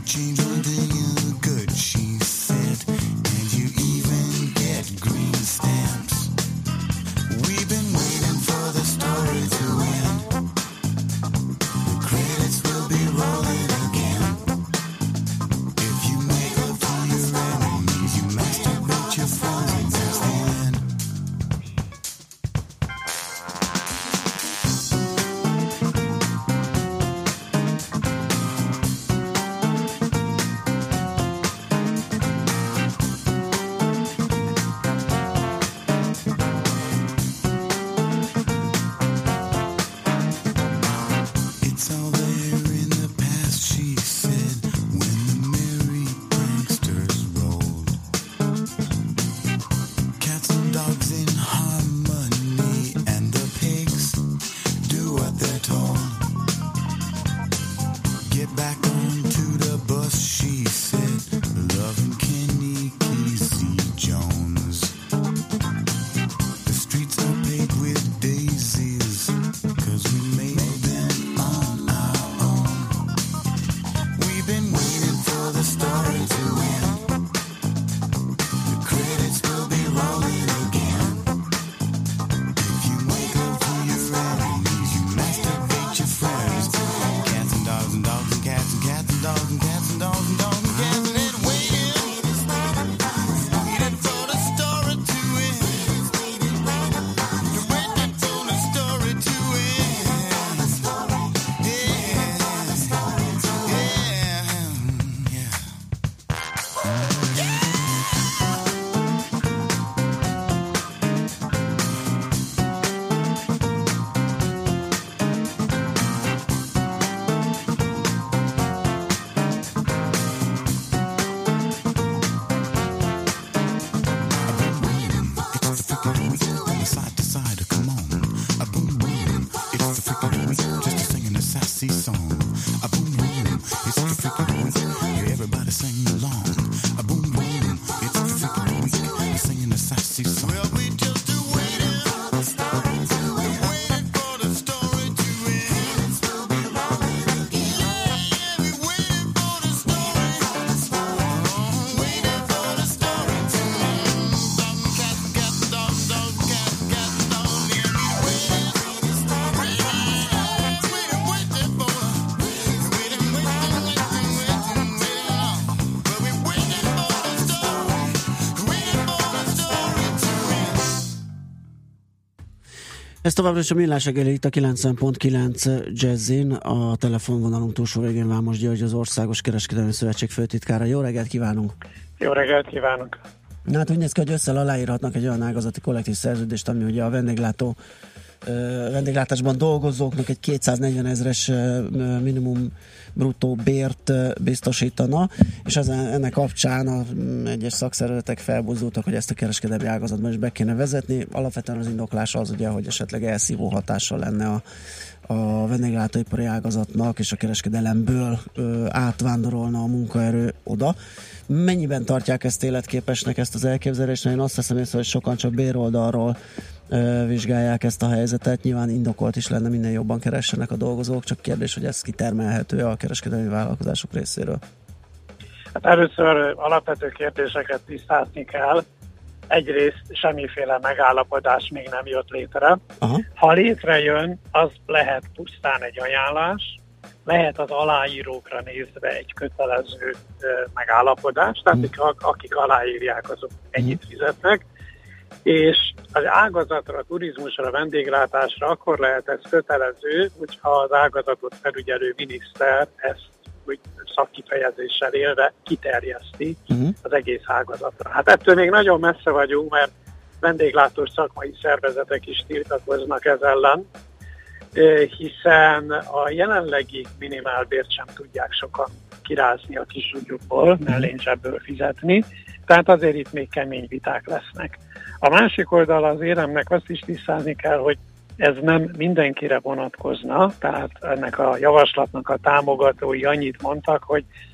change one to you good, she said, and you even get green stamps. We've been waiting for the story to end. The credits will be rolling again. If you make love to your enemies, you masturbate your friends, and that's the end. It's all there in the past, she said, when the merry pranksters rolled. Cats and dogs in harmony, and the pigs do what they're told. Get back onto the bus, she said, loving Kenny Casey Jones. The streets are paved with daisies, 'cause we made them on our own. We've been waiting for the story to end. The credits will be rolling again. If you wake up to your enemies, you masturbate your friends. Cats and dogs and dogs and cats and cats and dogs and cats and dogs and dogs and cats and then waiting for the story to end. You're waiting for the story to end. Yeah. Side to side, come on. A boom boom, it's the freak of the week. Just singing a sassy song. A boom boom, it's the freak of the week. Yeah, everybody sing along. A boom boom, it's the freak of the week. You're singing a sassy song. Well, we just do waiting for the story to end. Waiting for the story to end. Yeah, we waiting for the story. Waiting for the story to end. Cat, cat, dog, dog, cat, cat, dog. Yeah, we waiting for the story. Waiting for the waiting. But we waiting for the story. Waiting for the story to end. Ez továbbra is a Millás reggeli itt a 90.9 Jazzin, a telefonvonalunk túlsó végén Vámos György, az Országos Kereskedelmi Szövetség főtitkára. Jó reggelt kívánunk! Jó reggelt kívánok! Na hát úgy néz ki, hogy összel aláírhatnak egy olyan ágazati kollektív szerződést, ami ugye a vendéglátásban dolgozóknak egy 240 000-es minimum bruttó bért biztosítana, és ennek kapcsán egyes szakszervezetek felbuzdultak, hogy ezt a kereskedelmi ágazatban is be kéne vezetni. Alapvetően az indoklás az ugye, hogy esetleg elszívó hatással lenne a vendéglátóipari ágazatnak, és a kereskedelemből átvándorolna a munkaerő oda. Mennyiben tartják ezt életképesnek, ezt az elképzelést? Én azt hiszem észre, hogy sokan csak béroldalról vizsgálják ezt a helyzetet. Nyilván indokolt is lenne, minél jobban keressenek a dolgozók, csak kérdés, hogy ez kitermelhető a kereskedelmi vállalkozások részéről. Hát először alapvető kérdéseket tisztázni kell. Egyrészt semmiféle megállapodás még nem jött létre. Aha. Ha létrejön, az lehet pusztán egy ajánlás, lehet az aláírókra nézve egy kötelező megállapodás, tehát akik aláírják, azok ennyit fizetnek, és az ágazatra, a turizmusra, a vendéglátásra akkor lehet ez kötelező, hogyha az ágazatot felügyelő miniszter ezt úgy szakkifejezéssel élve kiterjeszti az egész ágazatra. Hát ettől még nagyon messze vagyunk, mert vendéglátós szakmai szervezetek is tiltakoznak ez ellen, hiszen a jelenlegi minimálbért sem tudják sokan kirázni a kis ujjukból, mellényzsebből fizetni, tehát azért itt még kemény viták lesznek. A másik oldal az éremnek azt is tisztázni kell, hogy ez nem mindenkire vonatkozna, tehát ennek a javaslatnak a támogatói annyit mondtak, hogy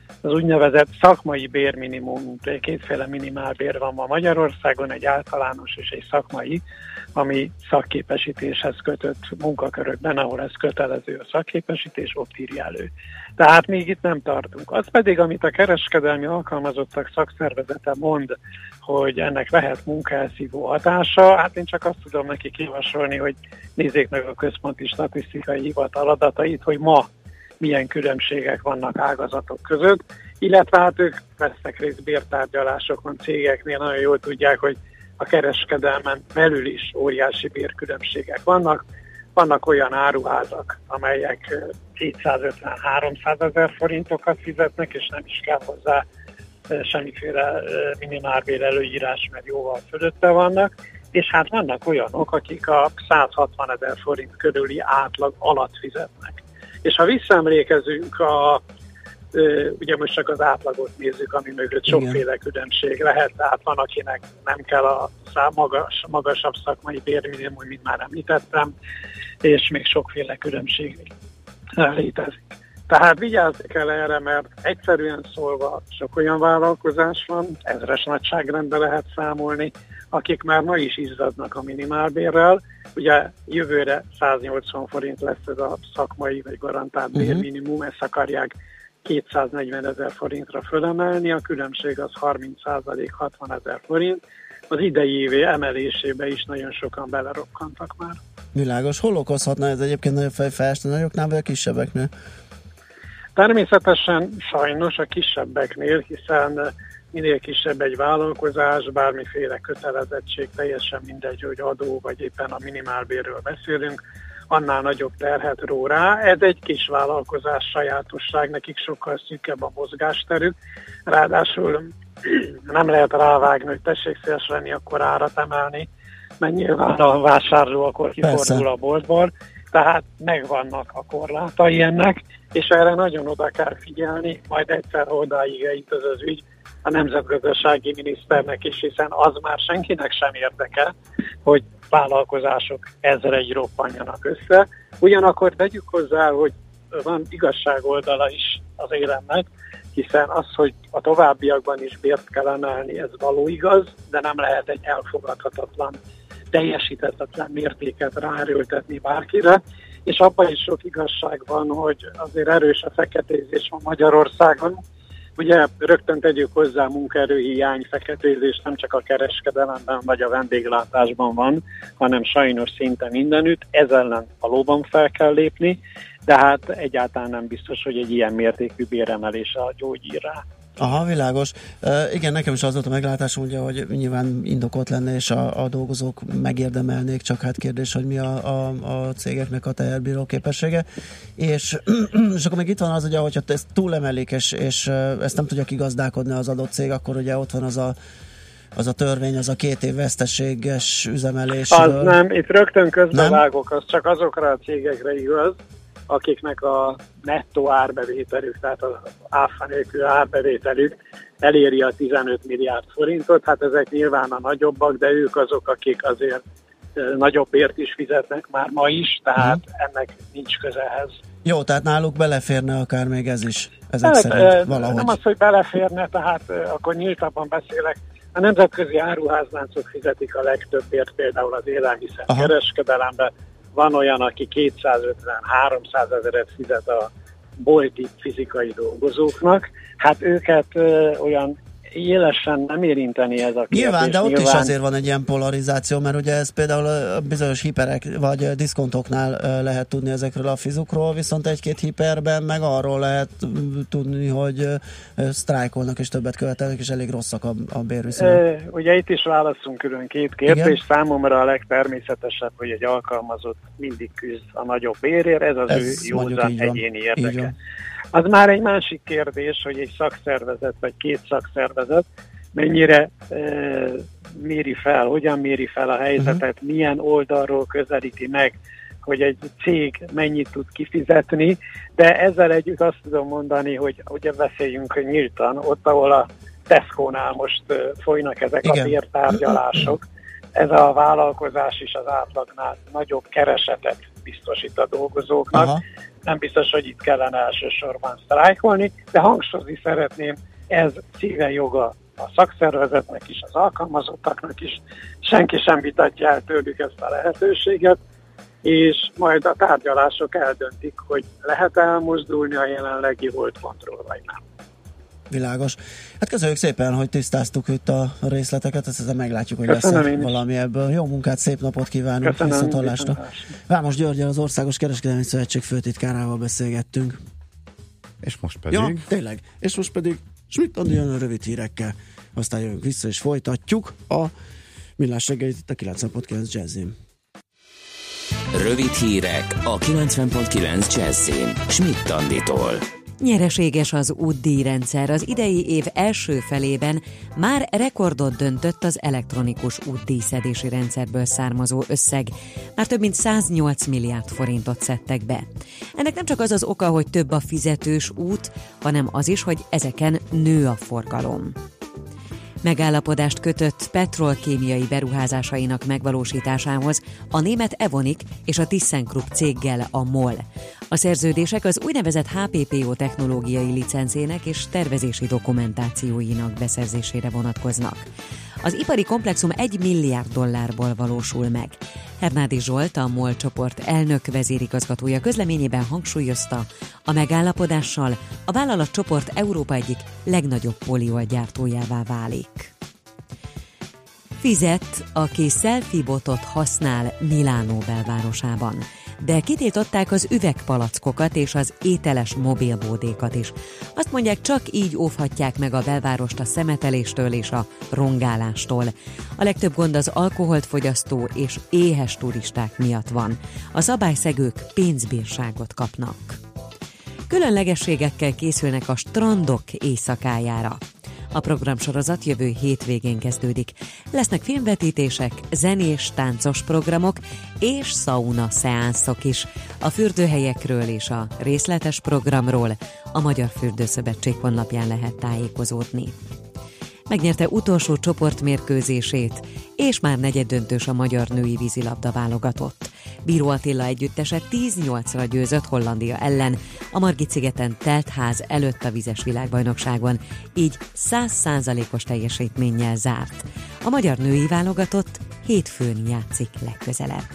az úgynevezett szakmai bérminimum, kétféle minimálbér van ma Magyarországon, egy általános és egy szakmai, ami szakképesítéshez kötött munkakörökben, ahol ez kötelező a szakképesítés, ott írja elő. Tehát még itt nem tartunk. Az pedig, amit a kereskedelmi alkalmazottak szakszervezete mond, hogy ennek lehet munkaelszívó hatása, hát én csak azt tudom nekik javasolni, hogy nézzék meg a Központi Statisztikai Hivatal adatait, hogy ma milyen különbségek vannak ágazatok között, illetve hát ők vesznek részt bértárgyalásokon cégeknél, nagyon jól tudják, hogy a kereskedelmen belül is óriási bérkülönbségek vannak. Vannak olyan áruházak, amelyek 250-300 ezer forintokat fizetnek, és nem is kell hozzá semmiféle minimálbér előírás, mert jóval fölötte vannak, és hát vannak olyanok, akik a 160 ezer forint körüli átlag alatt fizetnek. És ha visszaemlékezünk ugye most csak az átlagot nézzük, ami mögött sokféle különbség lehet, tehát van, akinek nem kell a magasabb szakmai bérminimum, mint már említettem, és még sokféle különbség létezik. Tehát vigyázni kell erre, mert egyszerűen szólva sok olyan vállalkozás van, ezres nagyságrendben lehet számolni, akik már ma is izzadnak a minimálbérrel. Ugye jövőre 180 forint lesz ez a szakmai vagy garantált bérminimum, ezt akarják 240 ezer forintra fölemelni, a különbség az 30%, 60 ezer forint. Az idei év emelésébe is nagyon sokan belerokkantak már. Világos. Hol okozhatna ez egyébként nagyobb fejfájást, a nagyoknál vagy a kisebbeknél? Természetesen sajnos a kisebbeknél, hiszen minél kisebb egy vállalkozás, bármiféle kötelezettség, teljesen mindegy, hogy adó vagy éppen a minimálbérről beszélünk, annál nagyobb terhet ró rá. Ez egy kis vállalkozás sajátosság, nekik sokkal szűkebb a mozgásterük, ráadásul nem lehet rávágni, hogy tessék szíves lenni, akkor árat emelni, mert nyilván a vásárló akkor kifordul a boltból, tehát megvannak a korlátai ennek, és erre nagyon oda kell figyelni, majd egyszer odáig eljut az ügy a nemzetgazdasági miniszternek is, hiszen az már senkinek sem érdeke, hogy vállalkozások ezregy roppanjanak össze. Ugyanakkor tegyük hozzá, hogy van igazság oldala is az éremnek, hiszen az, hogy a továbbiakban is bért kell emelni, ez való igaz, de nem lehet egy elfogadhatatlan, teljesíthetetlen mértéket ráerőltetni bárkire, és abban is sok igazság van, hogy azért erős a feketézés van Magyarországon. Ugye rögtön tegyük hozzá, munkaerőhiány, feketézés nem csak a kereskedelemben vagy a vendéglátásban van, hanem sajnos szinte mindenütt. Ez ellen valóban fel kell lépni, de hát egyáltalán nem biztos, hogy egy ilyen mértékű béremelés a gyógyír rá. Aha, világos. Igen, nekem is az volt a meglátásom, ugye, hogy nyilván indokolt lenne, és a dolgozók megérdemelnék, csak hát kérdés, hogy mi a cégeknek a teherbíró képessége. És akkor még itt van az, ugye, hogyha ez túlemelik, és ezt nem tudja kigazdálkodni az adott cég, akkor ugye ott van az a törvény, az a 2 év veszteséges üzemelésről. Az nem, itt rögtön közbevágok, az csak azokra a cégekre igaz, akiknek a nettó árbevételük, tehát az áfa nélkül árbevételük eléri a 15 milliárd forintot, hát ezek nyilván a nagyobbak, de ők azok, akik azért nagyobb bért is fizetnek már ma is, tehát ennek nincs közehez. Jó, tehát náluk beleférne akár még ez is, ezek szerint valahogy. Nem az, hogy beleférne, tehát akkor nyíltabban beszélek. A nemzetközi áruházláncok fizetik a legtöbb bért, például az élelmiszer kereskedelemben. Van olyan, aki 250-300 ezeret fizet a bolti fizikai dolgozóknak. Hát őket olyan élesen nem érinteni ez a kérdés. Nyilván, de ott is azért van egy ilyen polarizáció, mert ugye ez például bizonyos hiperek vagy diszkontoknál lehet tudni ezekről a fizukról, viszont egy-két hiperben meg arról lehet tudni, hogy sztrájkolnak és többet követelnek, és elég rosszak a bérviszonyok. Ugye itt is válaszunk külön 2 kérdést. Számomra a legtermészetesebb, hogy egy alkalmazott mindig küzd a nagyobb bérért, ez az ő józan egyéni érdeke. Az már egy másik kérdés, hogy egy szakszervezet vagy 2 szakszervezet mennyire méri fel, hogyan méri fel a helyzetet, milyen oldalról közelíti meg, hogy egy cég mennyit tud kifizetni, de ezzel együtt azt tudom mondani, hogy ugye beszéljünk nyíltan, ott, ahol a Tesco-nál most folynak ezek a bértárgyalások, ez a vállalkozás is az átlagnál nagyobb keresetet biztosít a dolgozóknak. nem biztos, hogy itt kellene elsősorban sztrájkolni, de hangsúlyozni szeretném, ez szíve joga a szakszervezetnek is, az alkalmazottaknak is, senki sem vitatja el tőlük ezt a lehetőséget, és majd a tárgyalások eldöntik, hogy lehet elmozdulni a jelenlegi holdpontról, vagy nem. Világos. Hát köszönjük szépen, hogy tisztáztuk itt a részleteket, ezt meglátjuk, hogy lesz valami ebből. Jó munkát, szép napot kívánunk, viszonthallásra. Vámos Györgyel, az Országos Kereskedelmi Szövetség főtitkárával beszélgettünk. És most pedig? Ja, tényleg. És most pedig Schmidt Andi jön a rövid hírekkel. Aztán jövünk vissza, és folytatjuk a Millás reggelit itt a 90.9 Jazzin. Rövid hírek a 90.9 Jazzin. Schmidt Anditól. Nyereséges az útdíjrendszer. Az idei év első felében már rekordot döntött az elektronikus útdíjszedési rendszerből származó összeg. Már több mint 108 milliárd forintot szedtek be. Ennek nem csak az az oka, hogy több a fizetős út, hanem az is, hogy ezeken nő a forgalom. Megállapodást kötött petrolkémiai beruházásainak megvalósításához a német Evonik és a ThyssenKrupp céggel, a MOL. A szerződések az úgynevezett HPPO technológiai licencének és tervezési dokumentációinak beszerzésére vonatkoznak. Az ipari komplexum $1 milliárd valósul meg. Hernádi Zsolt, a MOL csoport elnök vezérigazgatója közleményében hangsúlyozta, a megállapodással a vállalatcsoport Európa egyik legnagyobb poliolgyártójává válik. Fizet, aki selfie-botot használ Milánó belvárosában, de kitiltották az üvegpalackokat és az ételes mobilbódékat is. Azt mondják, csak így óvhatják meg a belvárost a szemeteléstől és a rongálástól. A legtöbb gond az alkoholt fogyasztó és éhes turisták miatt van. A szabályszegők pénzbírságot kapnak. Különlegességekkel készülnek a strandok éjszakájára. A programsorozat jövő hétvégén kezdődik. Lesznek filmvetítések, zenés, táncos programok és sauna szeánszok is. A fürdőhelyekről és a részletes programról a Magyar Fürdőszövetség honlapján lehet tájékozódni. Megnyerte utolsó csoportmérkőzését, és már negyeddöntős a magyar női vízilabda válogatott. Bíró Attila együttese 10-8-ra győzött Hollandia ellen, a Margit-szigeten telt ház előtt a vizes világbajnokságon, így 100%-os teljesítménnyel zárt. A magyar női válogatott hétfőn játszik legközelebb.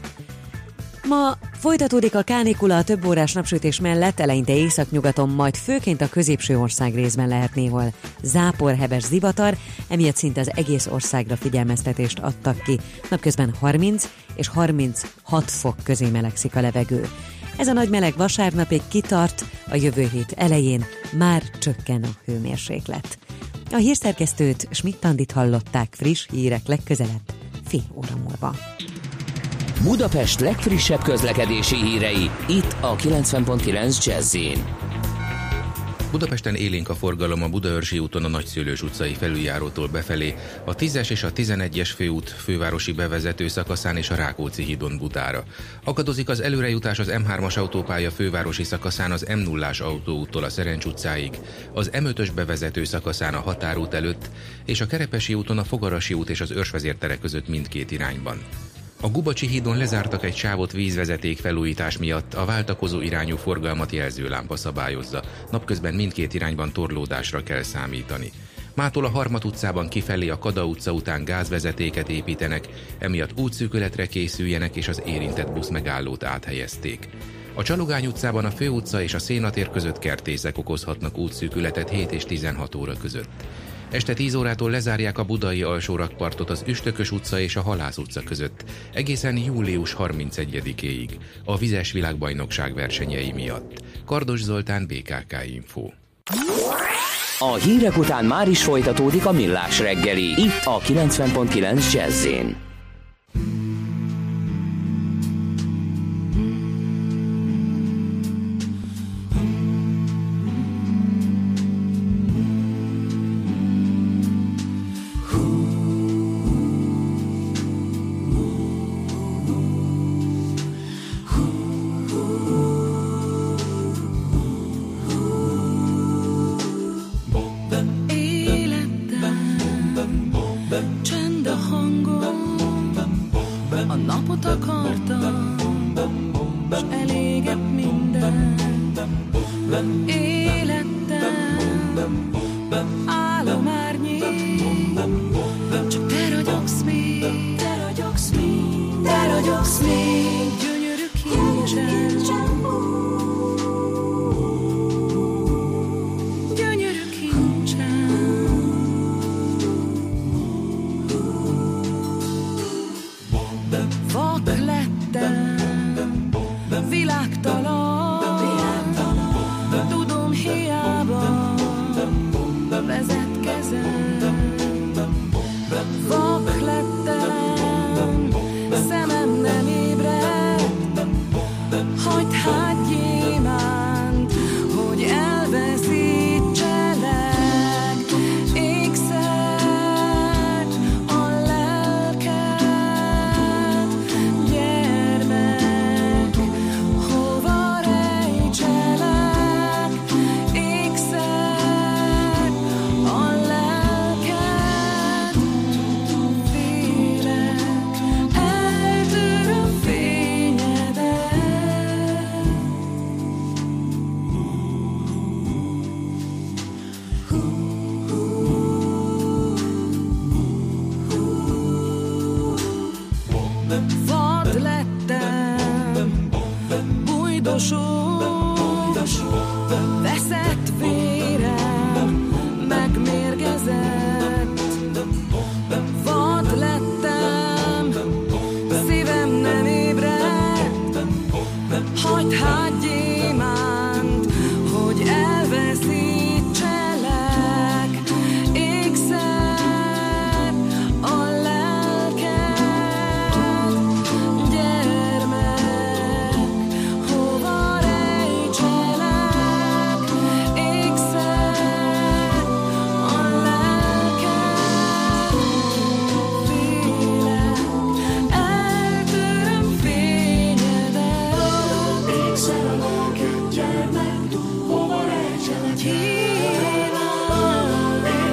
Ma folytatódik a kánikula, a több órás napsütés mellett, eleinte északnyugaton, majd főként a középső ország részben lehet néhol záporhebes zivatar, emiatt szinte az egész országra figyelmeztetést adtak ki. Napközben 30 és 36 fok közé melegszik a levegő. Ez a nagy meleg vasárnapig kitart, a jövő hét elején már csökken a hőmérséklet. A hírszerkesztőt, Schmidt Andit hallották, friss hírek legközelebb fél óra múlva. Budapest legfrissebb közlekedési hírei, itt a 90.9 Jazz-in. Budapesten élénk a forgalom a Budaörsi úton a Nagyszőlős utcai felüljárótól befelé, a 10-es és a 11-es főút fővárosi bevezető szakaszán és a Rákóczi hídon Budára. Akadozik az előrejutás az M3-as autópálya fővárosi szakaszán az M0-ás autóúttól a Szerencs utcáig, az M5-ös bevezető szakaszán a Határút előtt, és a Kerepesi úton a Fogarasi út és az Őrsvezértere között mindkét irányban. A Gubacsi hídon lezártak egy sávot vízvezeték felújítás miatt, a váltakozó irányú forgalmat jelzőlámpa szabályozza. Napközben mindkét irányban torlódásra kell számítani. Mától a Harmat utcában kifelé a Kada utca után gázvezetéket építenek, emiatt útszűkületre készüljenek, és az érintett busz megállót áthelyezték. A Csalogány utcában a Főutca és a Szénatér között kertészek okozhatnak útszűkületet 7 és 16 óra között. Este 10 órától lezárják a budai alsórakpartot az Üstökös utca és a Halász utca között, egészen július 31-éig, a vizes világbajnokság versenyei miatt. Kardos Zoltán, BKK Info. A hírek után már is folytatódik a Millás reggeli, itt a 90.9 Jazz-in. Csend a hangon,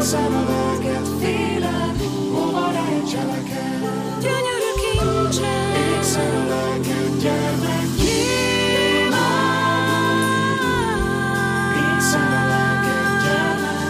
Égszer a lelket félem, hova rejtselek el? Gyönyörű kincsem, égszer a lelket gyermek. Égszer a lelket gyermek.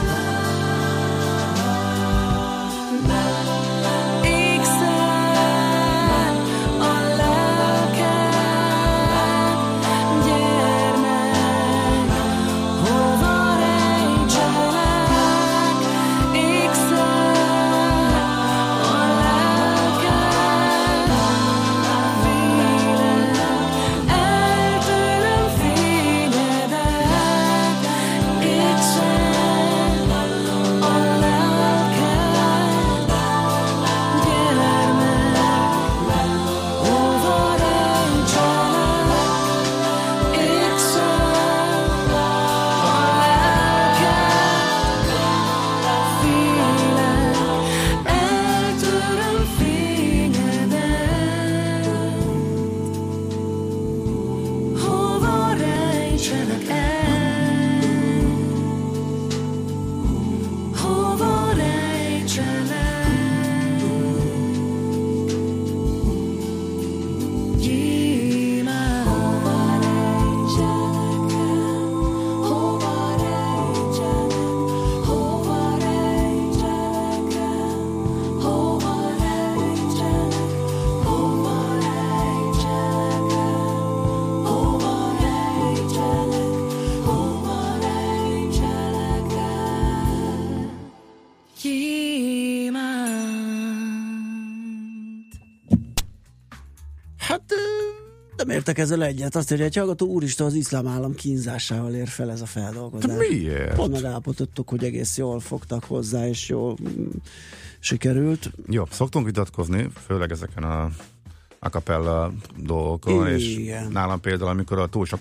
Nem értek ezzel egyet. Azt írja, hogy hallgató, úristen, az iszlám állam kínzásával ér fel ez a feldolgozás. De miért? Pont megállapodtuk, hogy egész jól fogtak hozzá, és jól sikerült. Jó, szoktunk vitatkozni, főleg ezeken a cappella dolgokon, és nálam például, amikor a túl sok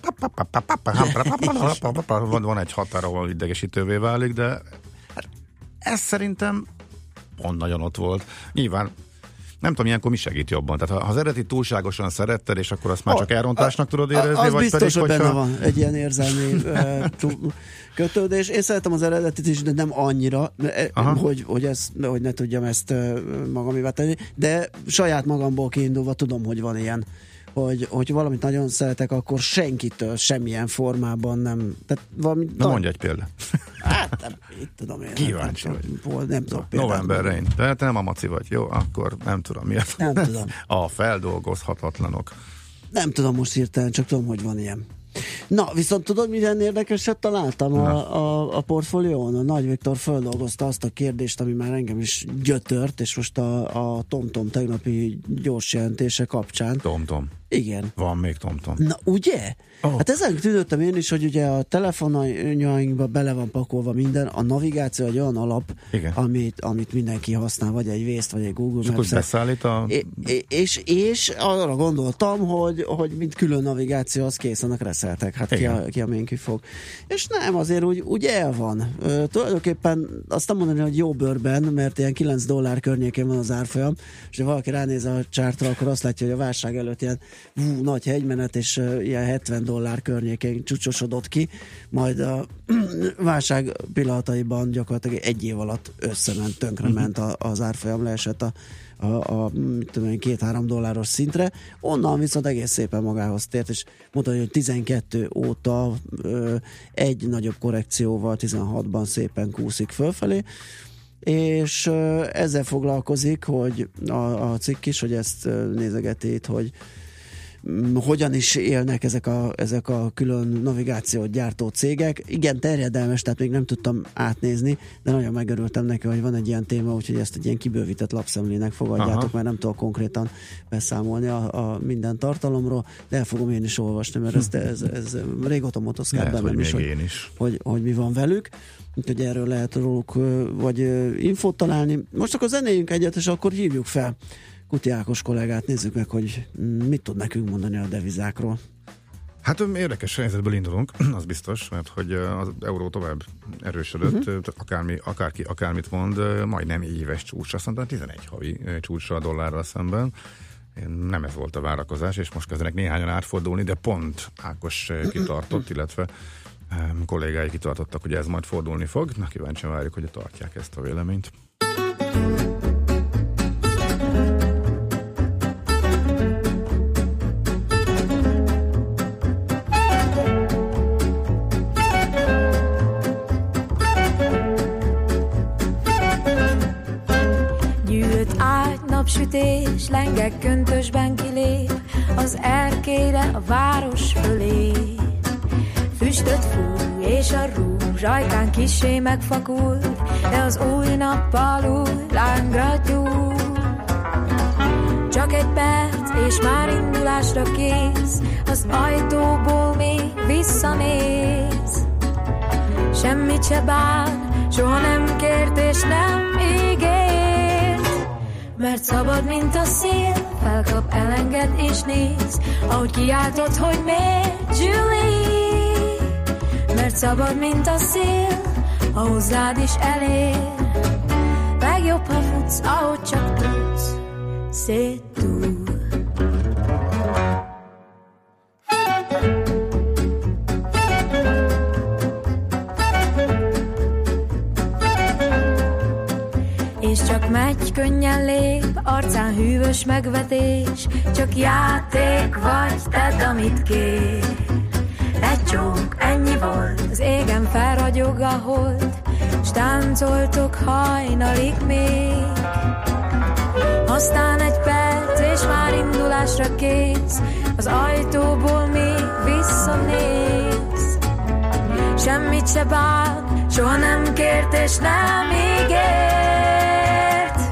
van egy határ, ahol idegesítővé válik, de ez szerintem pont nagyon ott volt. Nyilván nem tudom, ilyenkor mi segít jobban. Tehát ha az eredeti túlságosan szeretted, és akkor azt már csak elrontásnak tudod érezni, az vagy biztos, pedig, hogy benne hogyha... van egy ilyen érzelmi kötődés. Én szeretem az eredetit is, de nem annyira, hogy ne tudjam ezt magamévá tenni, de saját magamból kiindulva tudom, hogy van ilyen. Hogy valamit nagyon szeretek, akkor senkitől semmilyen formában nem. Tehát valami mondj egy példát. Hát nem, itt tudom én. Kíváncsi vagy. Nem tudom példát. November Rain. Tehát nem a maci vagy. Jó, akkor nem tudom miért. Nem tudom. A feldolgozhatatlanok. Nem tudom most hirtelen, csak tudom, hogy van ilyen. Na, viszont tudod, milyen érdekeset találtam a portfólión? A Nagy Viktor földolgozta azt a kérdést, ami már engem is gyötört, és most a TomTom tegnapi gyors jelentése kapcsán. TomTom. Igen. Van még TomTom. Na, ugye? Oh. Hát ezen tűnődtem én is, hogy ugye a telefonjainkba bele van pakolva minden, a navigáció egy olyan alap, amit mindenki használ, vagy egy Waze-t, vagy egy Google Maps. Beszállít a... És arra gondoltam, hogy mint külön navigáció, az kész, annak reszeltek. Hát ki a ménki fog. És nem, azért úgy el van. Tulajdonképpen azt nem mondani, hogy jó bőrben, mert ilyen $9 környékén van az árfolyam, és ha valaki ránéz a csártra, akkor azt látja, hogy a válság előtt ilyen nagy hegymenet, és ilyen $70 környékén csúcsosodott ki, majd a válság pillanataiban gyakorlatilag egy év alatt összement, tönkrement az árfolyam, leesett a $2-3 szintre, onnan viszont egész szépen magához tért, és mondta, hogy 12 óta egy nagyobb korrekcióval 16-ban szépen kúszik fölfelé, és ezzel foglalkozik, hogy a cikk is, hogy ezt nézegeti itt, hogy hogyan is élnek ezek a külön navigációt gyártó cégek. Igen, terjedelmes, tehát még nem tudtam átnézni, de nagyon megörültem neki, hogy van egy ilyen téma, úgyhogy ezt egy ilyen kibővített lapszemlének fogadjátok, mert nem tudok konkrétan beszámolni a minden tartalomról, de el fogom én is olvasni, mert ez régóta motoszkált bennem is, hogy mi van velük. Úgyhogy erről lehet róluk vagy infót találni. Most akkor zenéljünk egyet, és akkor hívjuk fel Kuti Ákos kollégát, nézzük meg, hogy mit tud nekünk mondani a devizákról. Hát érdekes helyzetből indulunk, az biztos, mert hogy az euró tovább erősödött, akármit mond, majdnem éves csúcsra, azt mondta, 11 havi csúcsra a dollárral szemben. Nem ez volt a várakozás, és most kezdenek néhányan átfordulni, de pont Ákos kitartott, illetve kollégái kitartottak, hogy ez majd fordulni fog. Na, kíváncsian várjuk, hogy tartják ezt a véleményt. Napsütés, lengek köntösben kilép az erkére a város fölé. Füstöt fúj, és a rúzs ajkán kissé megfakult, de az új nappal új lángra gyúl. Csak egy perc, és már indulásra kész, az ajtóból még visszanéz. Semmit se bán, soha nem kért és nem ígért, mert szabad, mint a szél, felkap, elenged és néz, ahogy kiáltott, hogy miért, Julie. Mert szabad, mint a szél, ha hozzád is elér. Legjobb, ha futsz, ahogy csak tudsz, szétdúl. És csak megy, könnyen lép, arcán hűvös megvetés, csak játék vagy, tedd, amit kér. Egy csók, ennyi volt, az égen felragyog a hold, s táncoltok hajnalig még. Aztán egy perc, és már indulásra kész, az ajtóból még visszanéz. Semmit se bán, soha nem kért és nem ígért,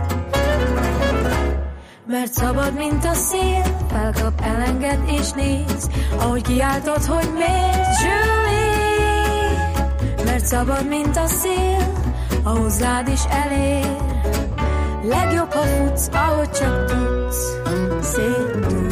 mert szabad, mint a szél, felkap, elenged és néz, ahogy kiáltott, hogy miért, Julie. Mert szabad, mint a szél, ha hozzád is elér. Legjobb, ha futsz, ahogy csak tudsz, szétdúl.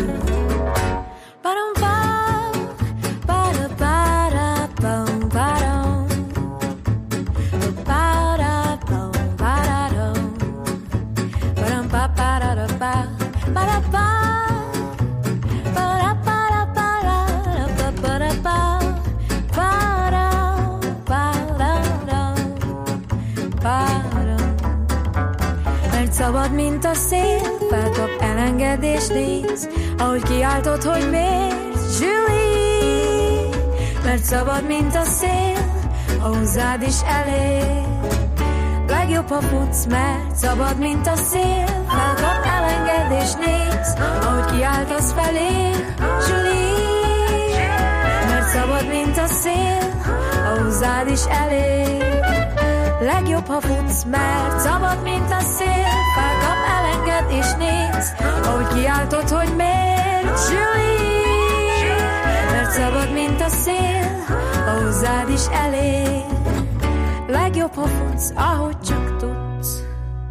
Szabad, mint a szél, felkap, elenged és néz, ahogy kiáltott, hogy miért, Julie. Mert szabad, mint a szél, ha hozzád is elér. Legjobb, ha futsz, mert szabad, mint a szél, felkap, elenged és néz, ahogy kiáltasz felé, Julie. Mert szabad, mint a szél, ha hozzád is elér. Legjobb, ha futsz, mert szabad, mint a szél, felkap, elenged és néz, ahogy kiáltott, hogy miért, Julie. Mert szabad, mint a szél, ha hozzád is elér. Legjobb, ha futsz, ahogy csak tudsz.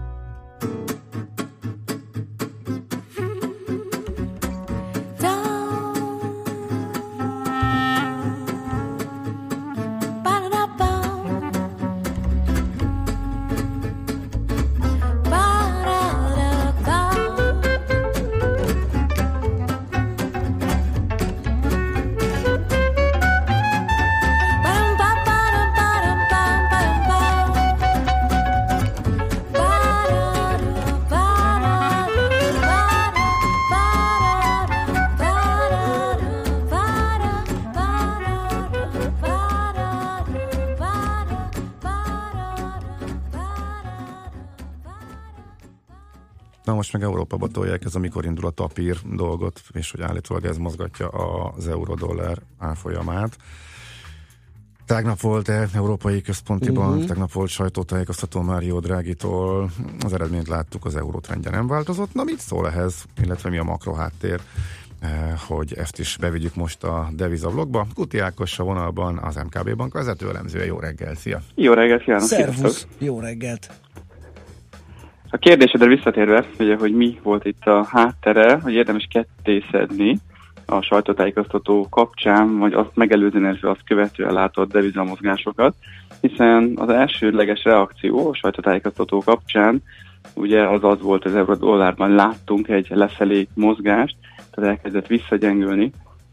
Most meg Európába tolják ez, amikor indul a tapír dolgot, és hogy állítólag ez mozgatja az euró-dollár árfolyamát. Tegnap volt Európai Központi Bank, tegnap volt sajtótájékoztató Mário Draghi-tól. Az eredményt láttuk, az eurótrendje nem változott. Na, mit szól ehhez, illetve mi a makroháttér, hogy ezt is bevigyük most a devizablogba. Kuti Ákos a vonalban, az MKB Bank vezető elemzője. Jó reggel, szia! Jó reggelt, kívánok! Szervusz! Jó reggelt! A kérdésedre visszatérve, ugye, hogy mi volt itt a háttere, hogy érdemes kettészedni a sajtótájékoztató kapcsán, vagy azt megelőzően, illetve azt követően látott devizamozgásokat, hiszen az elsődleges reakció a sajtótájékoztató kapcsán ugye az volt, az euró-dollárban láttunk egy lefelé mozgást, tehát elkezdett visszagyengülni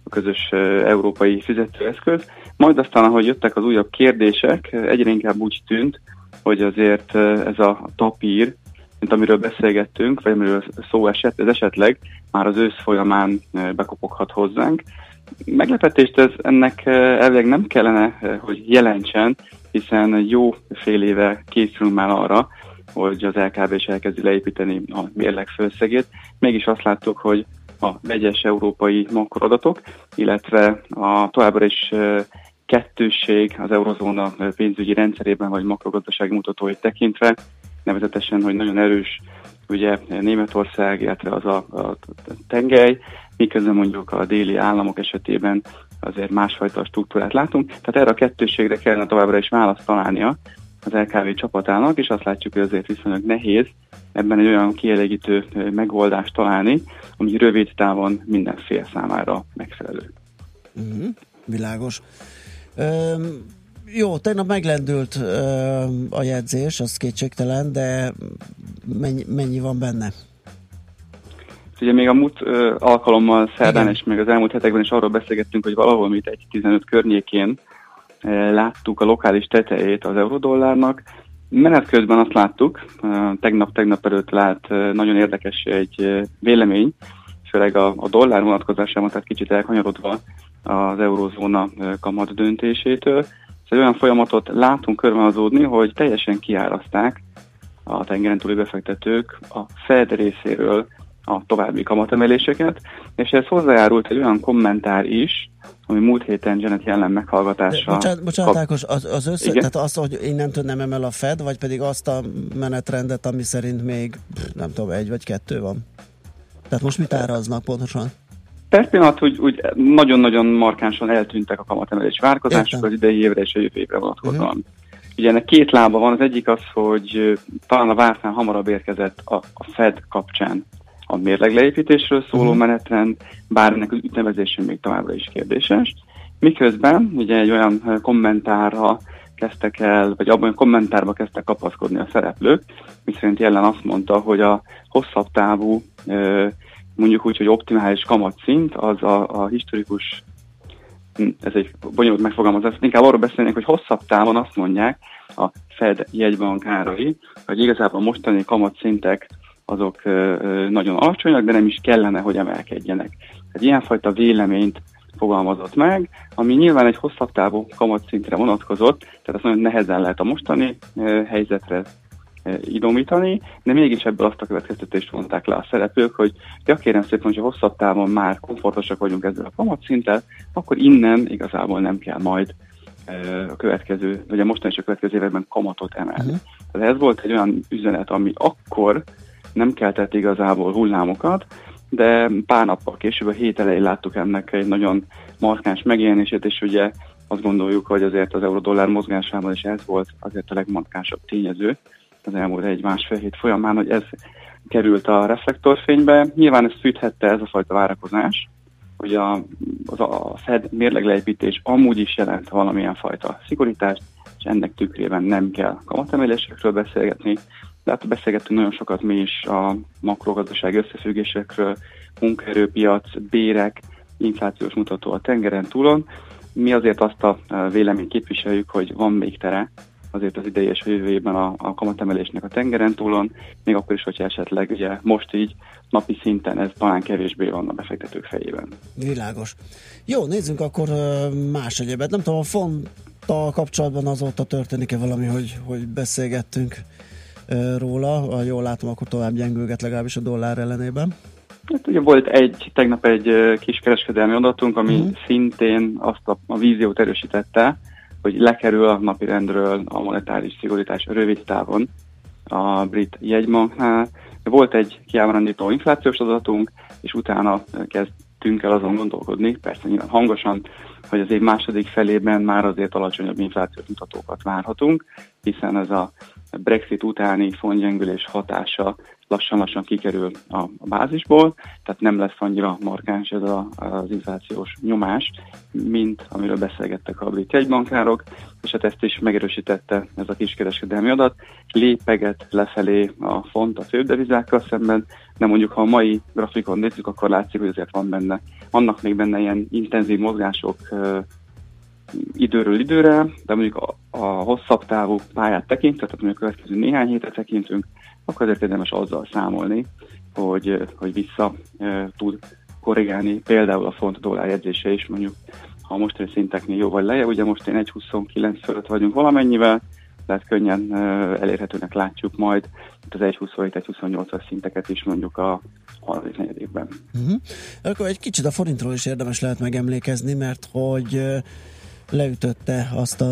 a közös európai fizetőeszköz. Majd aztán, ahogy jöttek az újabb kérdések, egyre inkább úgy tűnt, hogy azért ez a tapír, mint amiről beszélgettünk, vagy amiről szó esett, ez esetleg már az ősz folyamán bekopoghat hozzánk. Meglepetést ez ennek elvileg nem kellene, hogy jelentsen, hiszen jó fél éve készülünk már arra, hogy az LKB is elkezdi leépíteni a mérleg főszegét. Mégis azt láttuk, hogy a vegyes európai makroadatok, illetve a továbbra is kettősség az eurozóna pénzügyi rendszerében, vagy makrogazdasági mutatóit tekintve, nevezetesen, hogy nagyon erős ugye Németország, illetve az a tengely, miközben mondjuk a déli államok esetében azért másfajta struktúrát látunk. Tehát erre a kettősségre kellene továbbra is választ találnia az LKB csapatának, és azt látjuk, hogy azért viszonylag nehéz ebben egy olyan kielégítő megoldást találni, ami rövid távon minden fél számára megfelelő. Világos. Jó, tegnap meglendült a jegyzés, az kétségtelen, de mennyi van benne? Ugye még a múlt alkalommal szerdán és még az elmúlt hetekben is arról beszélgettünk, hogy valahol mint 1,15 környékén láttuk a lokális tetejét az eurodollárnak. Menet közben azt láttuk, tegnap előtt lát nagyon érdekes egy vélemény, főleg a dollár vonatkozásában, tehát kicsit elkanyarodva az eurózóna kamat döntésétől. Szóval olyan folyamatot látunk körvonalazódni, hogy teljesen kiáraszták a tengeren túli befektetők a Fed részéről a további kamatemeléseket, és ez hozzájárult egy olyan kommentár is, ami múlt héten Janet Yellen meghallgatása... Bocsánat, Ákos, az össze, tehát azt, hogy innentől nem emel a Fed, vagy pedig azt a menetrendet, ami szerint még, nem tudom, 1 vagy 2 van? Tehát most mit áraznak pontosan? Per pillanat úgy nagyon-nagyon markánsan eltűntek a kamatemelés várkozások az idei évre és a jövő évre vonatkozóan. Ugye ennek 2 lába van, az egyik az, hogy talán a vártnál hamarabb érkezett a Fed kapcsán a mérlegleépítésről szóló menetrend, bár ennek az ütemezése még továbbra is kérdéses. Miközben ugye egy olyan kommentárra kezdtek el, vagy abban a kommentárba kezdtek kapaszkodni a szereplők, miszerint Yellen azt mondta, hogy a hosszabb távú, mondjuk úgy, hogy optimális kamatszint, az a historikus, ez egy bonyolult megfogalmazás, inkább arról beszélnék, hogy hosszabb távon azt mondják a Fed jegybankárai, hogy igazából mostani kamatszintek azok nagyon alacsonyak, de nem is kellene, hogy emelkedjenek. Tehát ilyenfajta véleményt fogalmazott meg, ami nyilván egy hosszabb távú kamatszintre vonatkozott, tehát azt nagyon nehezen lehet a mostani helyzetre idomítani, de mégis ebből azt a következtetést vonták le a szereplők, hogy kérem szépen, hogyha hosszabb távon már komfortosak vagyunk ezzel a kamatszinttel, akkor innen igazából nem kell majd a következő, vagy a mostani és a következő években kamatot emelni. Tehát ez volt egy olyan üzenet, ami akkor nem keltett igazából hullámokat, de pár nappal később, a hét elején láttuk ennek egy nagyon markáns megjelenését, és ugye azt gondoljuk, hogy azért az euró-dollár mozgásában is ez volt azért a legmarkánsabb tényező az elmúlt 1-1,5 hét folyamán, hogy ez került a reflektorfénybe. Nyilván ez fűthette ez a fajta várakozás, hogy a Fed mérlegleépítés amúgy is jelent valamilyen fajta szigorítást, és ennek tükrében nem kell kamatemelésekről beszélgetni, de hát beszélgettünk nagyon sokat mi is a makrogazdasági összefüggésekről, munkaerőpiac, bérek, inflációs mutató a tengeren túlon. Mi azért azt a véleményt képviseljük, hogy van még tere azért az idei és a jövő évben a kamatemelésnek a tengeren túlon, még akkor is, hogyha esetleg ugye most így napi szinten ez talán kevésbé van a befektetők fejében. Világos. Jó, nézzünk akkor más egyebet. Nem tudom, a fonttal kapcsolatban azóta történik-e valami, hogy beszélgettünk róla, ha jól látom, akkor tovább gyengülget legalábbis a dollár ellenében. Hát ugye volt tegnap egy kis kereskedelmi adatunk, ami szintén azt a víziót erősítette, hogy lekerül a napirendről a monetáris szigorítás rövid távon a brit jegybanknál. Volt egy kiábrándító inflációs adatunk, és utána kezdtünk el azon gondolkodni, persze nyilván hangosan, hogy az év második felében már azért alacsonyabb inflációs mutatókat várhatunk, hiszen ez a Brexit utáni fontgyengülés hatása lassan-lassan kikerül a bázisból, tehát nem lesz annyira markáns ez az inflációs nyomás, mint amiről beszélgettek a brit jegybankárok, és hát ezt is megerősítette ez a kiskereskedelmi adat. Lépeget lefelé a font a fődevizákkal szemben, de mondjuk ha a mai grafikon nézzük, akkor látszik, hogy azért vannak még benne ilyen intenzív mozgások időről időre, de mondjuk a hosszabb távú pályát tekintve, tehát mondjuk a következő néhány hétre tekintünk, akkor azért érdemes azzal számolni, hogy vissza tud korrigálni például a font-dollár jegyzése is, mondjuk ha a mostani szinteknél jóval lejjebb, ugye most 1,29 fölött vagyunk valamennyivel, tehát könnyen elérhetőnek látjuk majd az 1,27-1,28-as szinteket is mondjuk a harmadik negyedévben. Akkor egy kicsit a forintról is érdemes lehet megemlékezni, mert hogy leütötte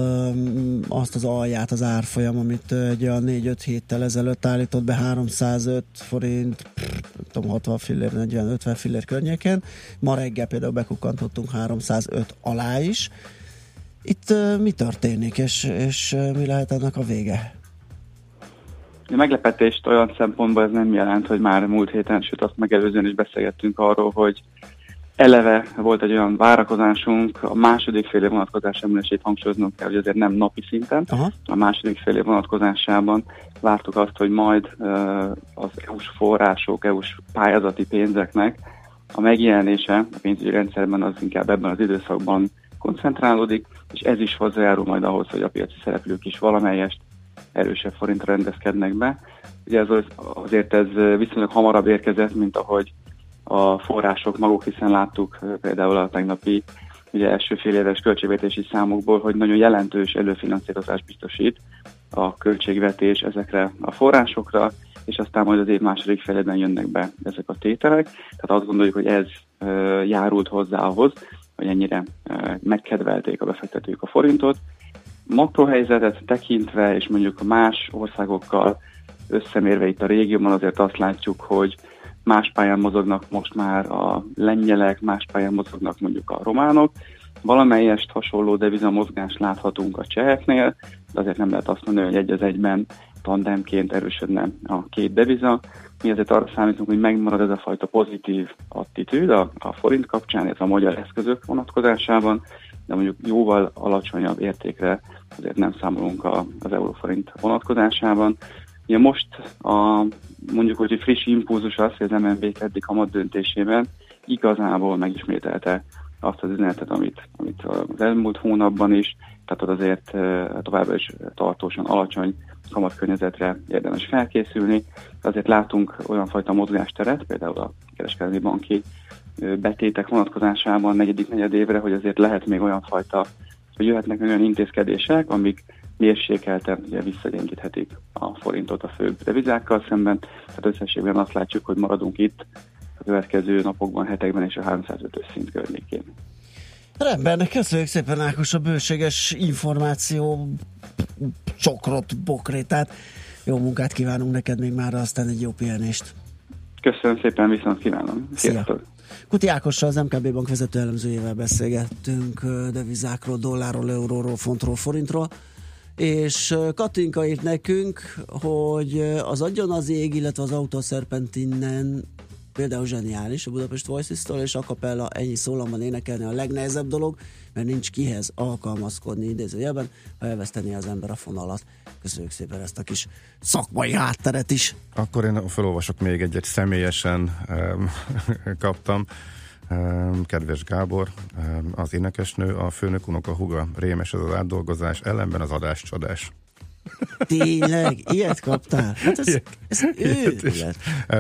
azt az alját az árfolyam, amit egy olyan 4-5 héttel ezelőtt állított be 305 forint, nem tudom, 60 fillér, 40-50 fillér környéken. Ma reggel például bekukkantottunk 305 alá is. Itt mi történik, és mi lehet ennek a vége? A meglepetést olyan szempontból ez nem jelent, hogy már múlt héten, sőt azt megelőzően is beszélgettünk arról, hogy eleve volt egy olyan várakozásunk, a második fél év vonatkozásában is itt hangsúlyoznunk kell, hogy azért nem napi szinten. Aha. A második fél év vonatkozásában vártuk azt, hogy majd az EU-s források, EU-s pályázati pénzeknek a megjelenése a pénzügyi rendszerben az inkább ebben az időszakban koncentrálódik, és ez is hozzájárul majd ahhoz, hogy a piaci szereplők is valamelyest erősebb forintra rendezkednek be. Ugye azért ez viszonylag hamarabb érkezett, mint ahogy a források maguk, hiszen láttuk például a tegnapi ugye első fél éves költségvetési számokból, hogy nagyon jelentős előfinanszírozást biztosít a költségvetés ezekre a forrásokra, és aztán majd az év második felében jönnek be ezek a tételek. Tehát azt gondoljuk, hogy ez járult hozzá ahhoz, hogy ennyire megkedvelték a befektetők a forintot. Makrohelyzetet tekintve, és mondjuk más országokkal összemérve itt a régióban azért azt látjuk, hogy más pályán mozognak most már a lengyelek, más pályán mozognak mondjuk a románok. Valamelyest hasonló devizamozgást láthatunk a cseheknél, de azért nem lehet azt mondani, hogy egy az egyben tandemként erősödne a két deviza. Mi azért arra számítunk, hogy megmarad ez a fajta pozitív attitűd a forint kapcsán, ez a magyar eszközök vonatkozásában, de mondjuk jóval alacsonyabb értékre azért nem számolunk az euróforint vonatkozásában. Ugye most mondjuk, hogy friss impulzus az, hogy az MNB eddig kamat döntésében igazából megismételte azt az üzenetet, amit az elmúlt hónapban is, tehát azért továbbra is tartósan alacsony kamatkörnyezetre érdemes felkészülni. Azért látunk olyan fajta mozgásteret, például a kereskedelmi banki betétek vonatkozásában negyedik negyedévre, hogy azért lehet még olyan fajta, hogy jöhetnek olyan intézkedések, amik mérsékelten ugye visszagyengíthetik a forintot a főbb devizákkal szemben. Tehát összességben azt látjuk, hogy maradunk itt a következő napokban, hetekben és a 305-ös szint környékén. Rendben, köszönjük szépen Ákos a bőséges információ csokrot, bokrétát. Jó munkát kívánunk neked még már, aztán egy jó pihenést. Köszönöm szépen, viszont kívánom. Sziasztok! Kuti Ákossal, az MKB Bank vezető elemzőjével beszélgettünk devizákról, dollárról, euróról, fontról, forintról, és Katinka írt nekünk, hogy az Adjon az ég, illetve az Autoszerpentinen például zseniális a Budapest Voices-tól, és a cappella ennyi szólamban énekelni a legnehezebb dolog, mert nincs kihez alkalmazkodni idézőjelben, ha elveszteni az ember a fonalat. Köszönjük szépen ezt a kis szakmai hátteret is. Akkor én felolvasok még egyet, személyesen kaptam. Kedves Gábor, az énekesnő, a főnök unoka húga, rémes ez az átdolgozás, ellenben az adás csodás. Tényleg? Ilyet kaptál? Hát ez őrület.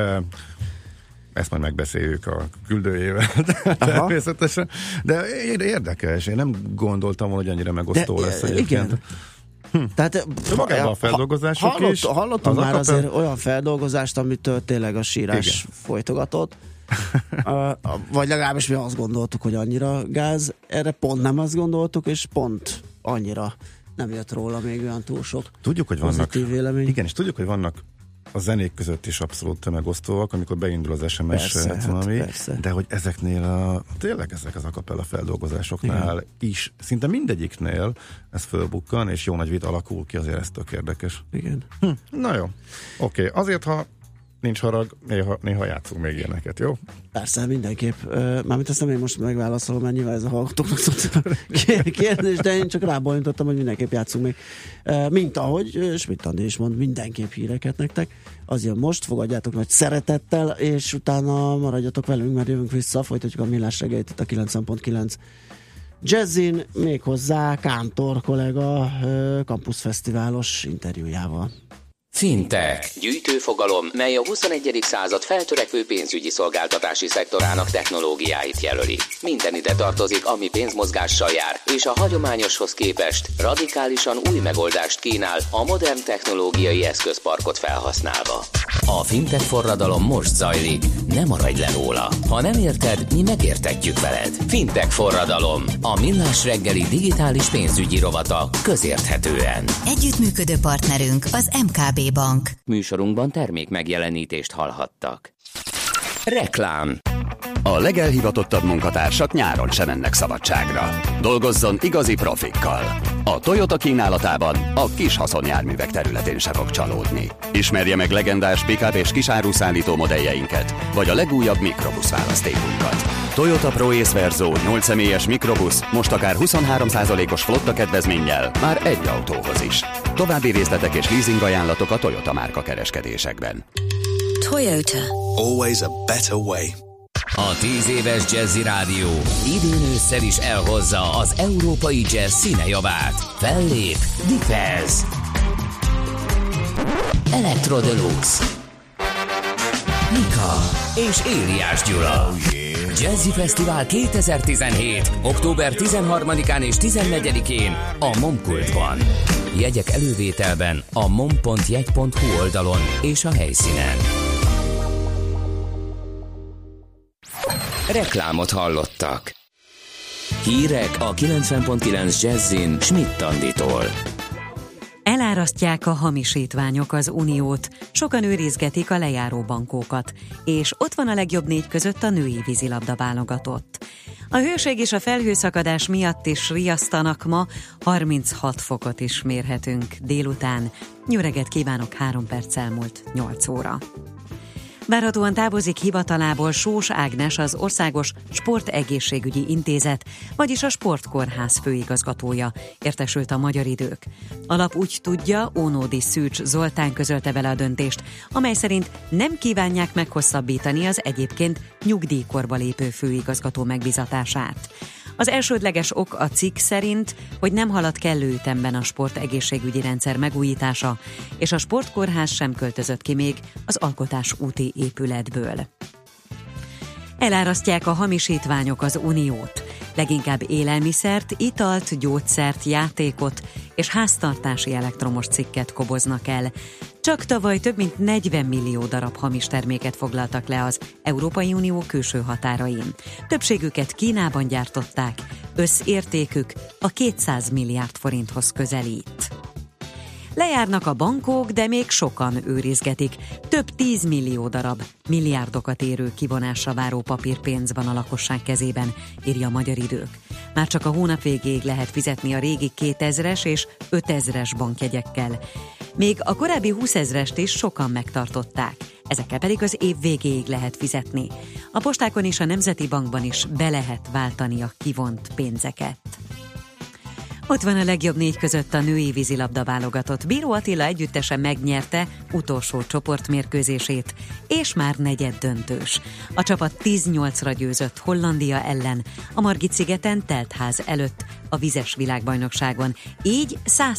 Ezt majd megbeszéljük a küldőjével természetesen. De érdekes, én nem gondoltam volna, hogy annyira megosztó lesz egyébként. Igen. Tehát magában a feldolgozások is. Hallottunk már azért olyan feldolgozást, amitől tényleg a sírás folytogatott. Vagy legalábbis mi azt gondoltuk, hogy annyira gáz. Erre pont nem azt gondoltuk, és pont annyira nem jött róla még olyan túl sok tudjuk, hogy pozitív vélemény. Igen, és tudjuk, hogy vannak a zenék között is abszolút tömegosztóak, amikor beindul az SMS valami, de hogy ezeknél tényleg ezek az a cappella feldolgozásoknál is, szinte mindegyiknél ez fölbukkan, és jó nagy vita alakul ki, azért ez tök érdekes. Igen. Na jó, oké. Azért, ha nincs harag, néha játszunk még ilyeneket, jó? Persze, mindenképp. Mármint ezt nem én most megválaszolom, mert nyilván ez a hallgatóknak szólt kérdés, de én csak rábólintottam, hogy mindenképp játszunk még. Mint ahogy Schmidt Andi is mond, mindenképp híreket nektek. Az jön most, fogadjátok nagy szeretettel, és utána maradjatok velünk, mert jövünk vissza, folytatjuk a Millás reggelit itt a 90.9 Jazzin, méghozzá Kántor kollega Campus Fesztiválos interjújával. Fintech. Gyűjtőfogalom, mely a 21. század feltörekvő pénzügyi szolgáltatási szektorának technológiáit jelöli. Minden ide tartozik, ami pénzmozgással jár, és a hagyományoshoz képest radikálisan új megoldást kínál a modern technológiai eszközparkot felhasználva. A fintech forradalom most zajlik, ne maradj le róla. Ha nem érted, mi megértetjük veled. Fintech forradalom, a Millás reggeli digitális pénzügyi rovata közérthetően. Együttműködő partnerünk az MKB Bank. Műsorunkban termék megjelenítést hallhattak. Reklám. A legelhivatottabb munkatársak nyáron sem mennek szabadságra. Dolgozzon igazi profikkal. A Toyota kínálatában a kis haszonjárművek területén se fog csalódni. Ismerje meg legendás pick-up és kisáruszállító modelljeinket, vagy a legújabb mikrobusz választékunkat. Toyota ProAce Verso 8 személyes mikrobusz most akár 23%-os flotta kedvezménnyel már egy autóhoz is. További részletek és leasing ajánlatok a Toyota márka kereskedésekben. Toyota. Always a better way. A 10 éves Jazzy Rádió idén ősszel is elhozza az európai jazz színejavát. Fellép Dipez, Electro Deluxe, Mika és Éliás Gyula. Jazzy Fesztivál 2017. október 13-án és 14-én a Momkultban. Jegyek elővételben a mom.jegy.hu oldalon és a helyszínen. Reklámot hallottak. Hírek a 90.9 Jazzin Schmidt Anditól. Elárasztják a hamisítványok az uniót, sokan őrizgetik a lejáró bankókat, és ott van a legjobb 4 között a női vízilabda válogatott. A hőség és a felhőszakadás miatt is riasztanak ma, 36 fokot is mérhetünk délután. Jó reggelt kívánok, 3 perc elmúlt 8 óra. Várhatóan távozik hivatalából Sós Ágnes, az Országos Sportegészségügyi Intézet, vagyis a Sportkórház főigazgatója, értesült a Magyar Idők. A lap úgy tudja, Ónódi Szűcs Zoltán közölte vele a döntést, amely szerint nem kívánják meghosszabbítani az egyébként nyugdíjkorba lépő főigazgató megbízatását. Az elsődleges ok a cikk szerint, hogy nem halad kellő ütemben a sportegészségügyi rendszer megújítása, és a Sportkórház sem költözött ki még az Alkotás úti épületből. Elárasztják a hamisítványok az uniót. Leginkább élelmiszert, italt, gyógyszert, játékot és háztartási elektromos cikket koboznak el. Csak tavaly több mint 40 millió darab hamis terméket foglaltak le az Európai Unió külső határain. Többségüket Kínában gyártották, összértékük a 200 milliárd forinthoz közelít. Lejárnak a bankok, de még sokan őrizgetik. Több 10 millió darab, milliárdokat érő kivonásra váró papírpénz van a lakosság kezében, írja a Magyar Idők. Már csak a hónap végéig lehet fizetni a régi 2000-es és 5000-es bankjegyekkel. Még a korábbi 20 000-est is sokan megtartották, ezekkel pedig az év végéig lehet fizetni. A postákon és a Nemzeti Bankban is be lehet váltani a kivont pénzeket. Ott van a legjobb 4 között a női vízilabda válogatott. Bíró Attila együttese megnyerte utolsó csoportmérkőzését, és már negyeddöntős. A csapat 10-8-ra győzött Hollandia ellen, a Margit-szigeten teltház előtt a vizes világbajnokságon, így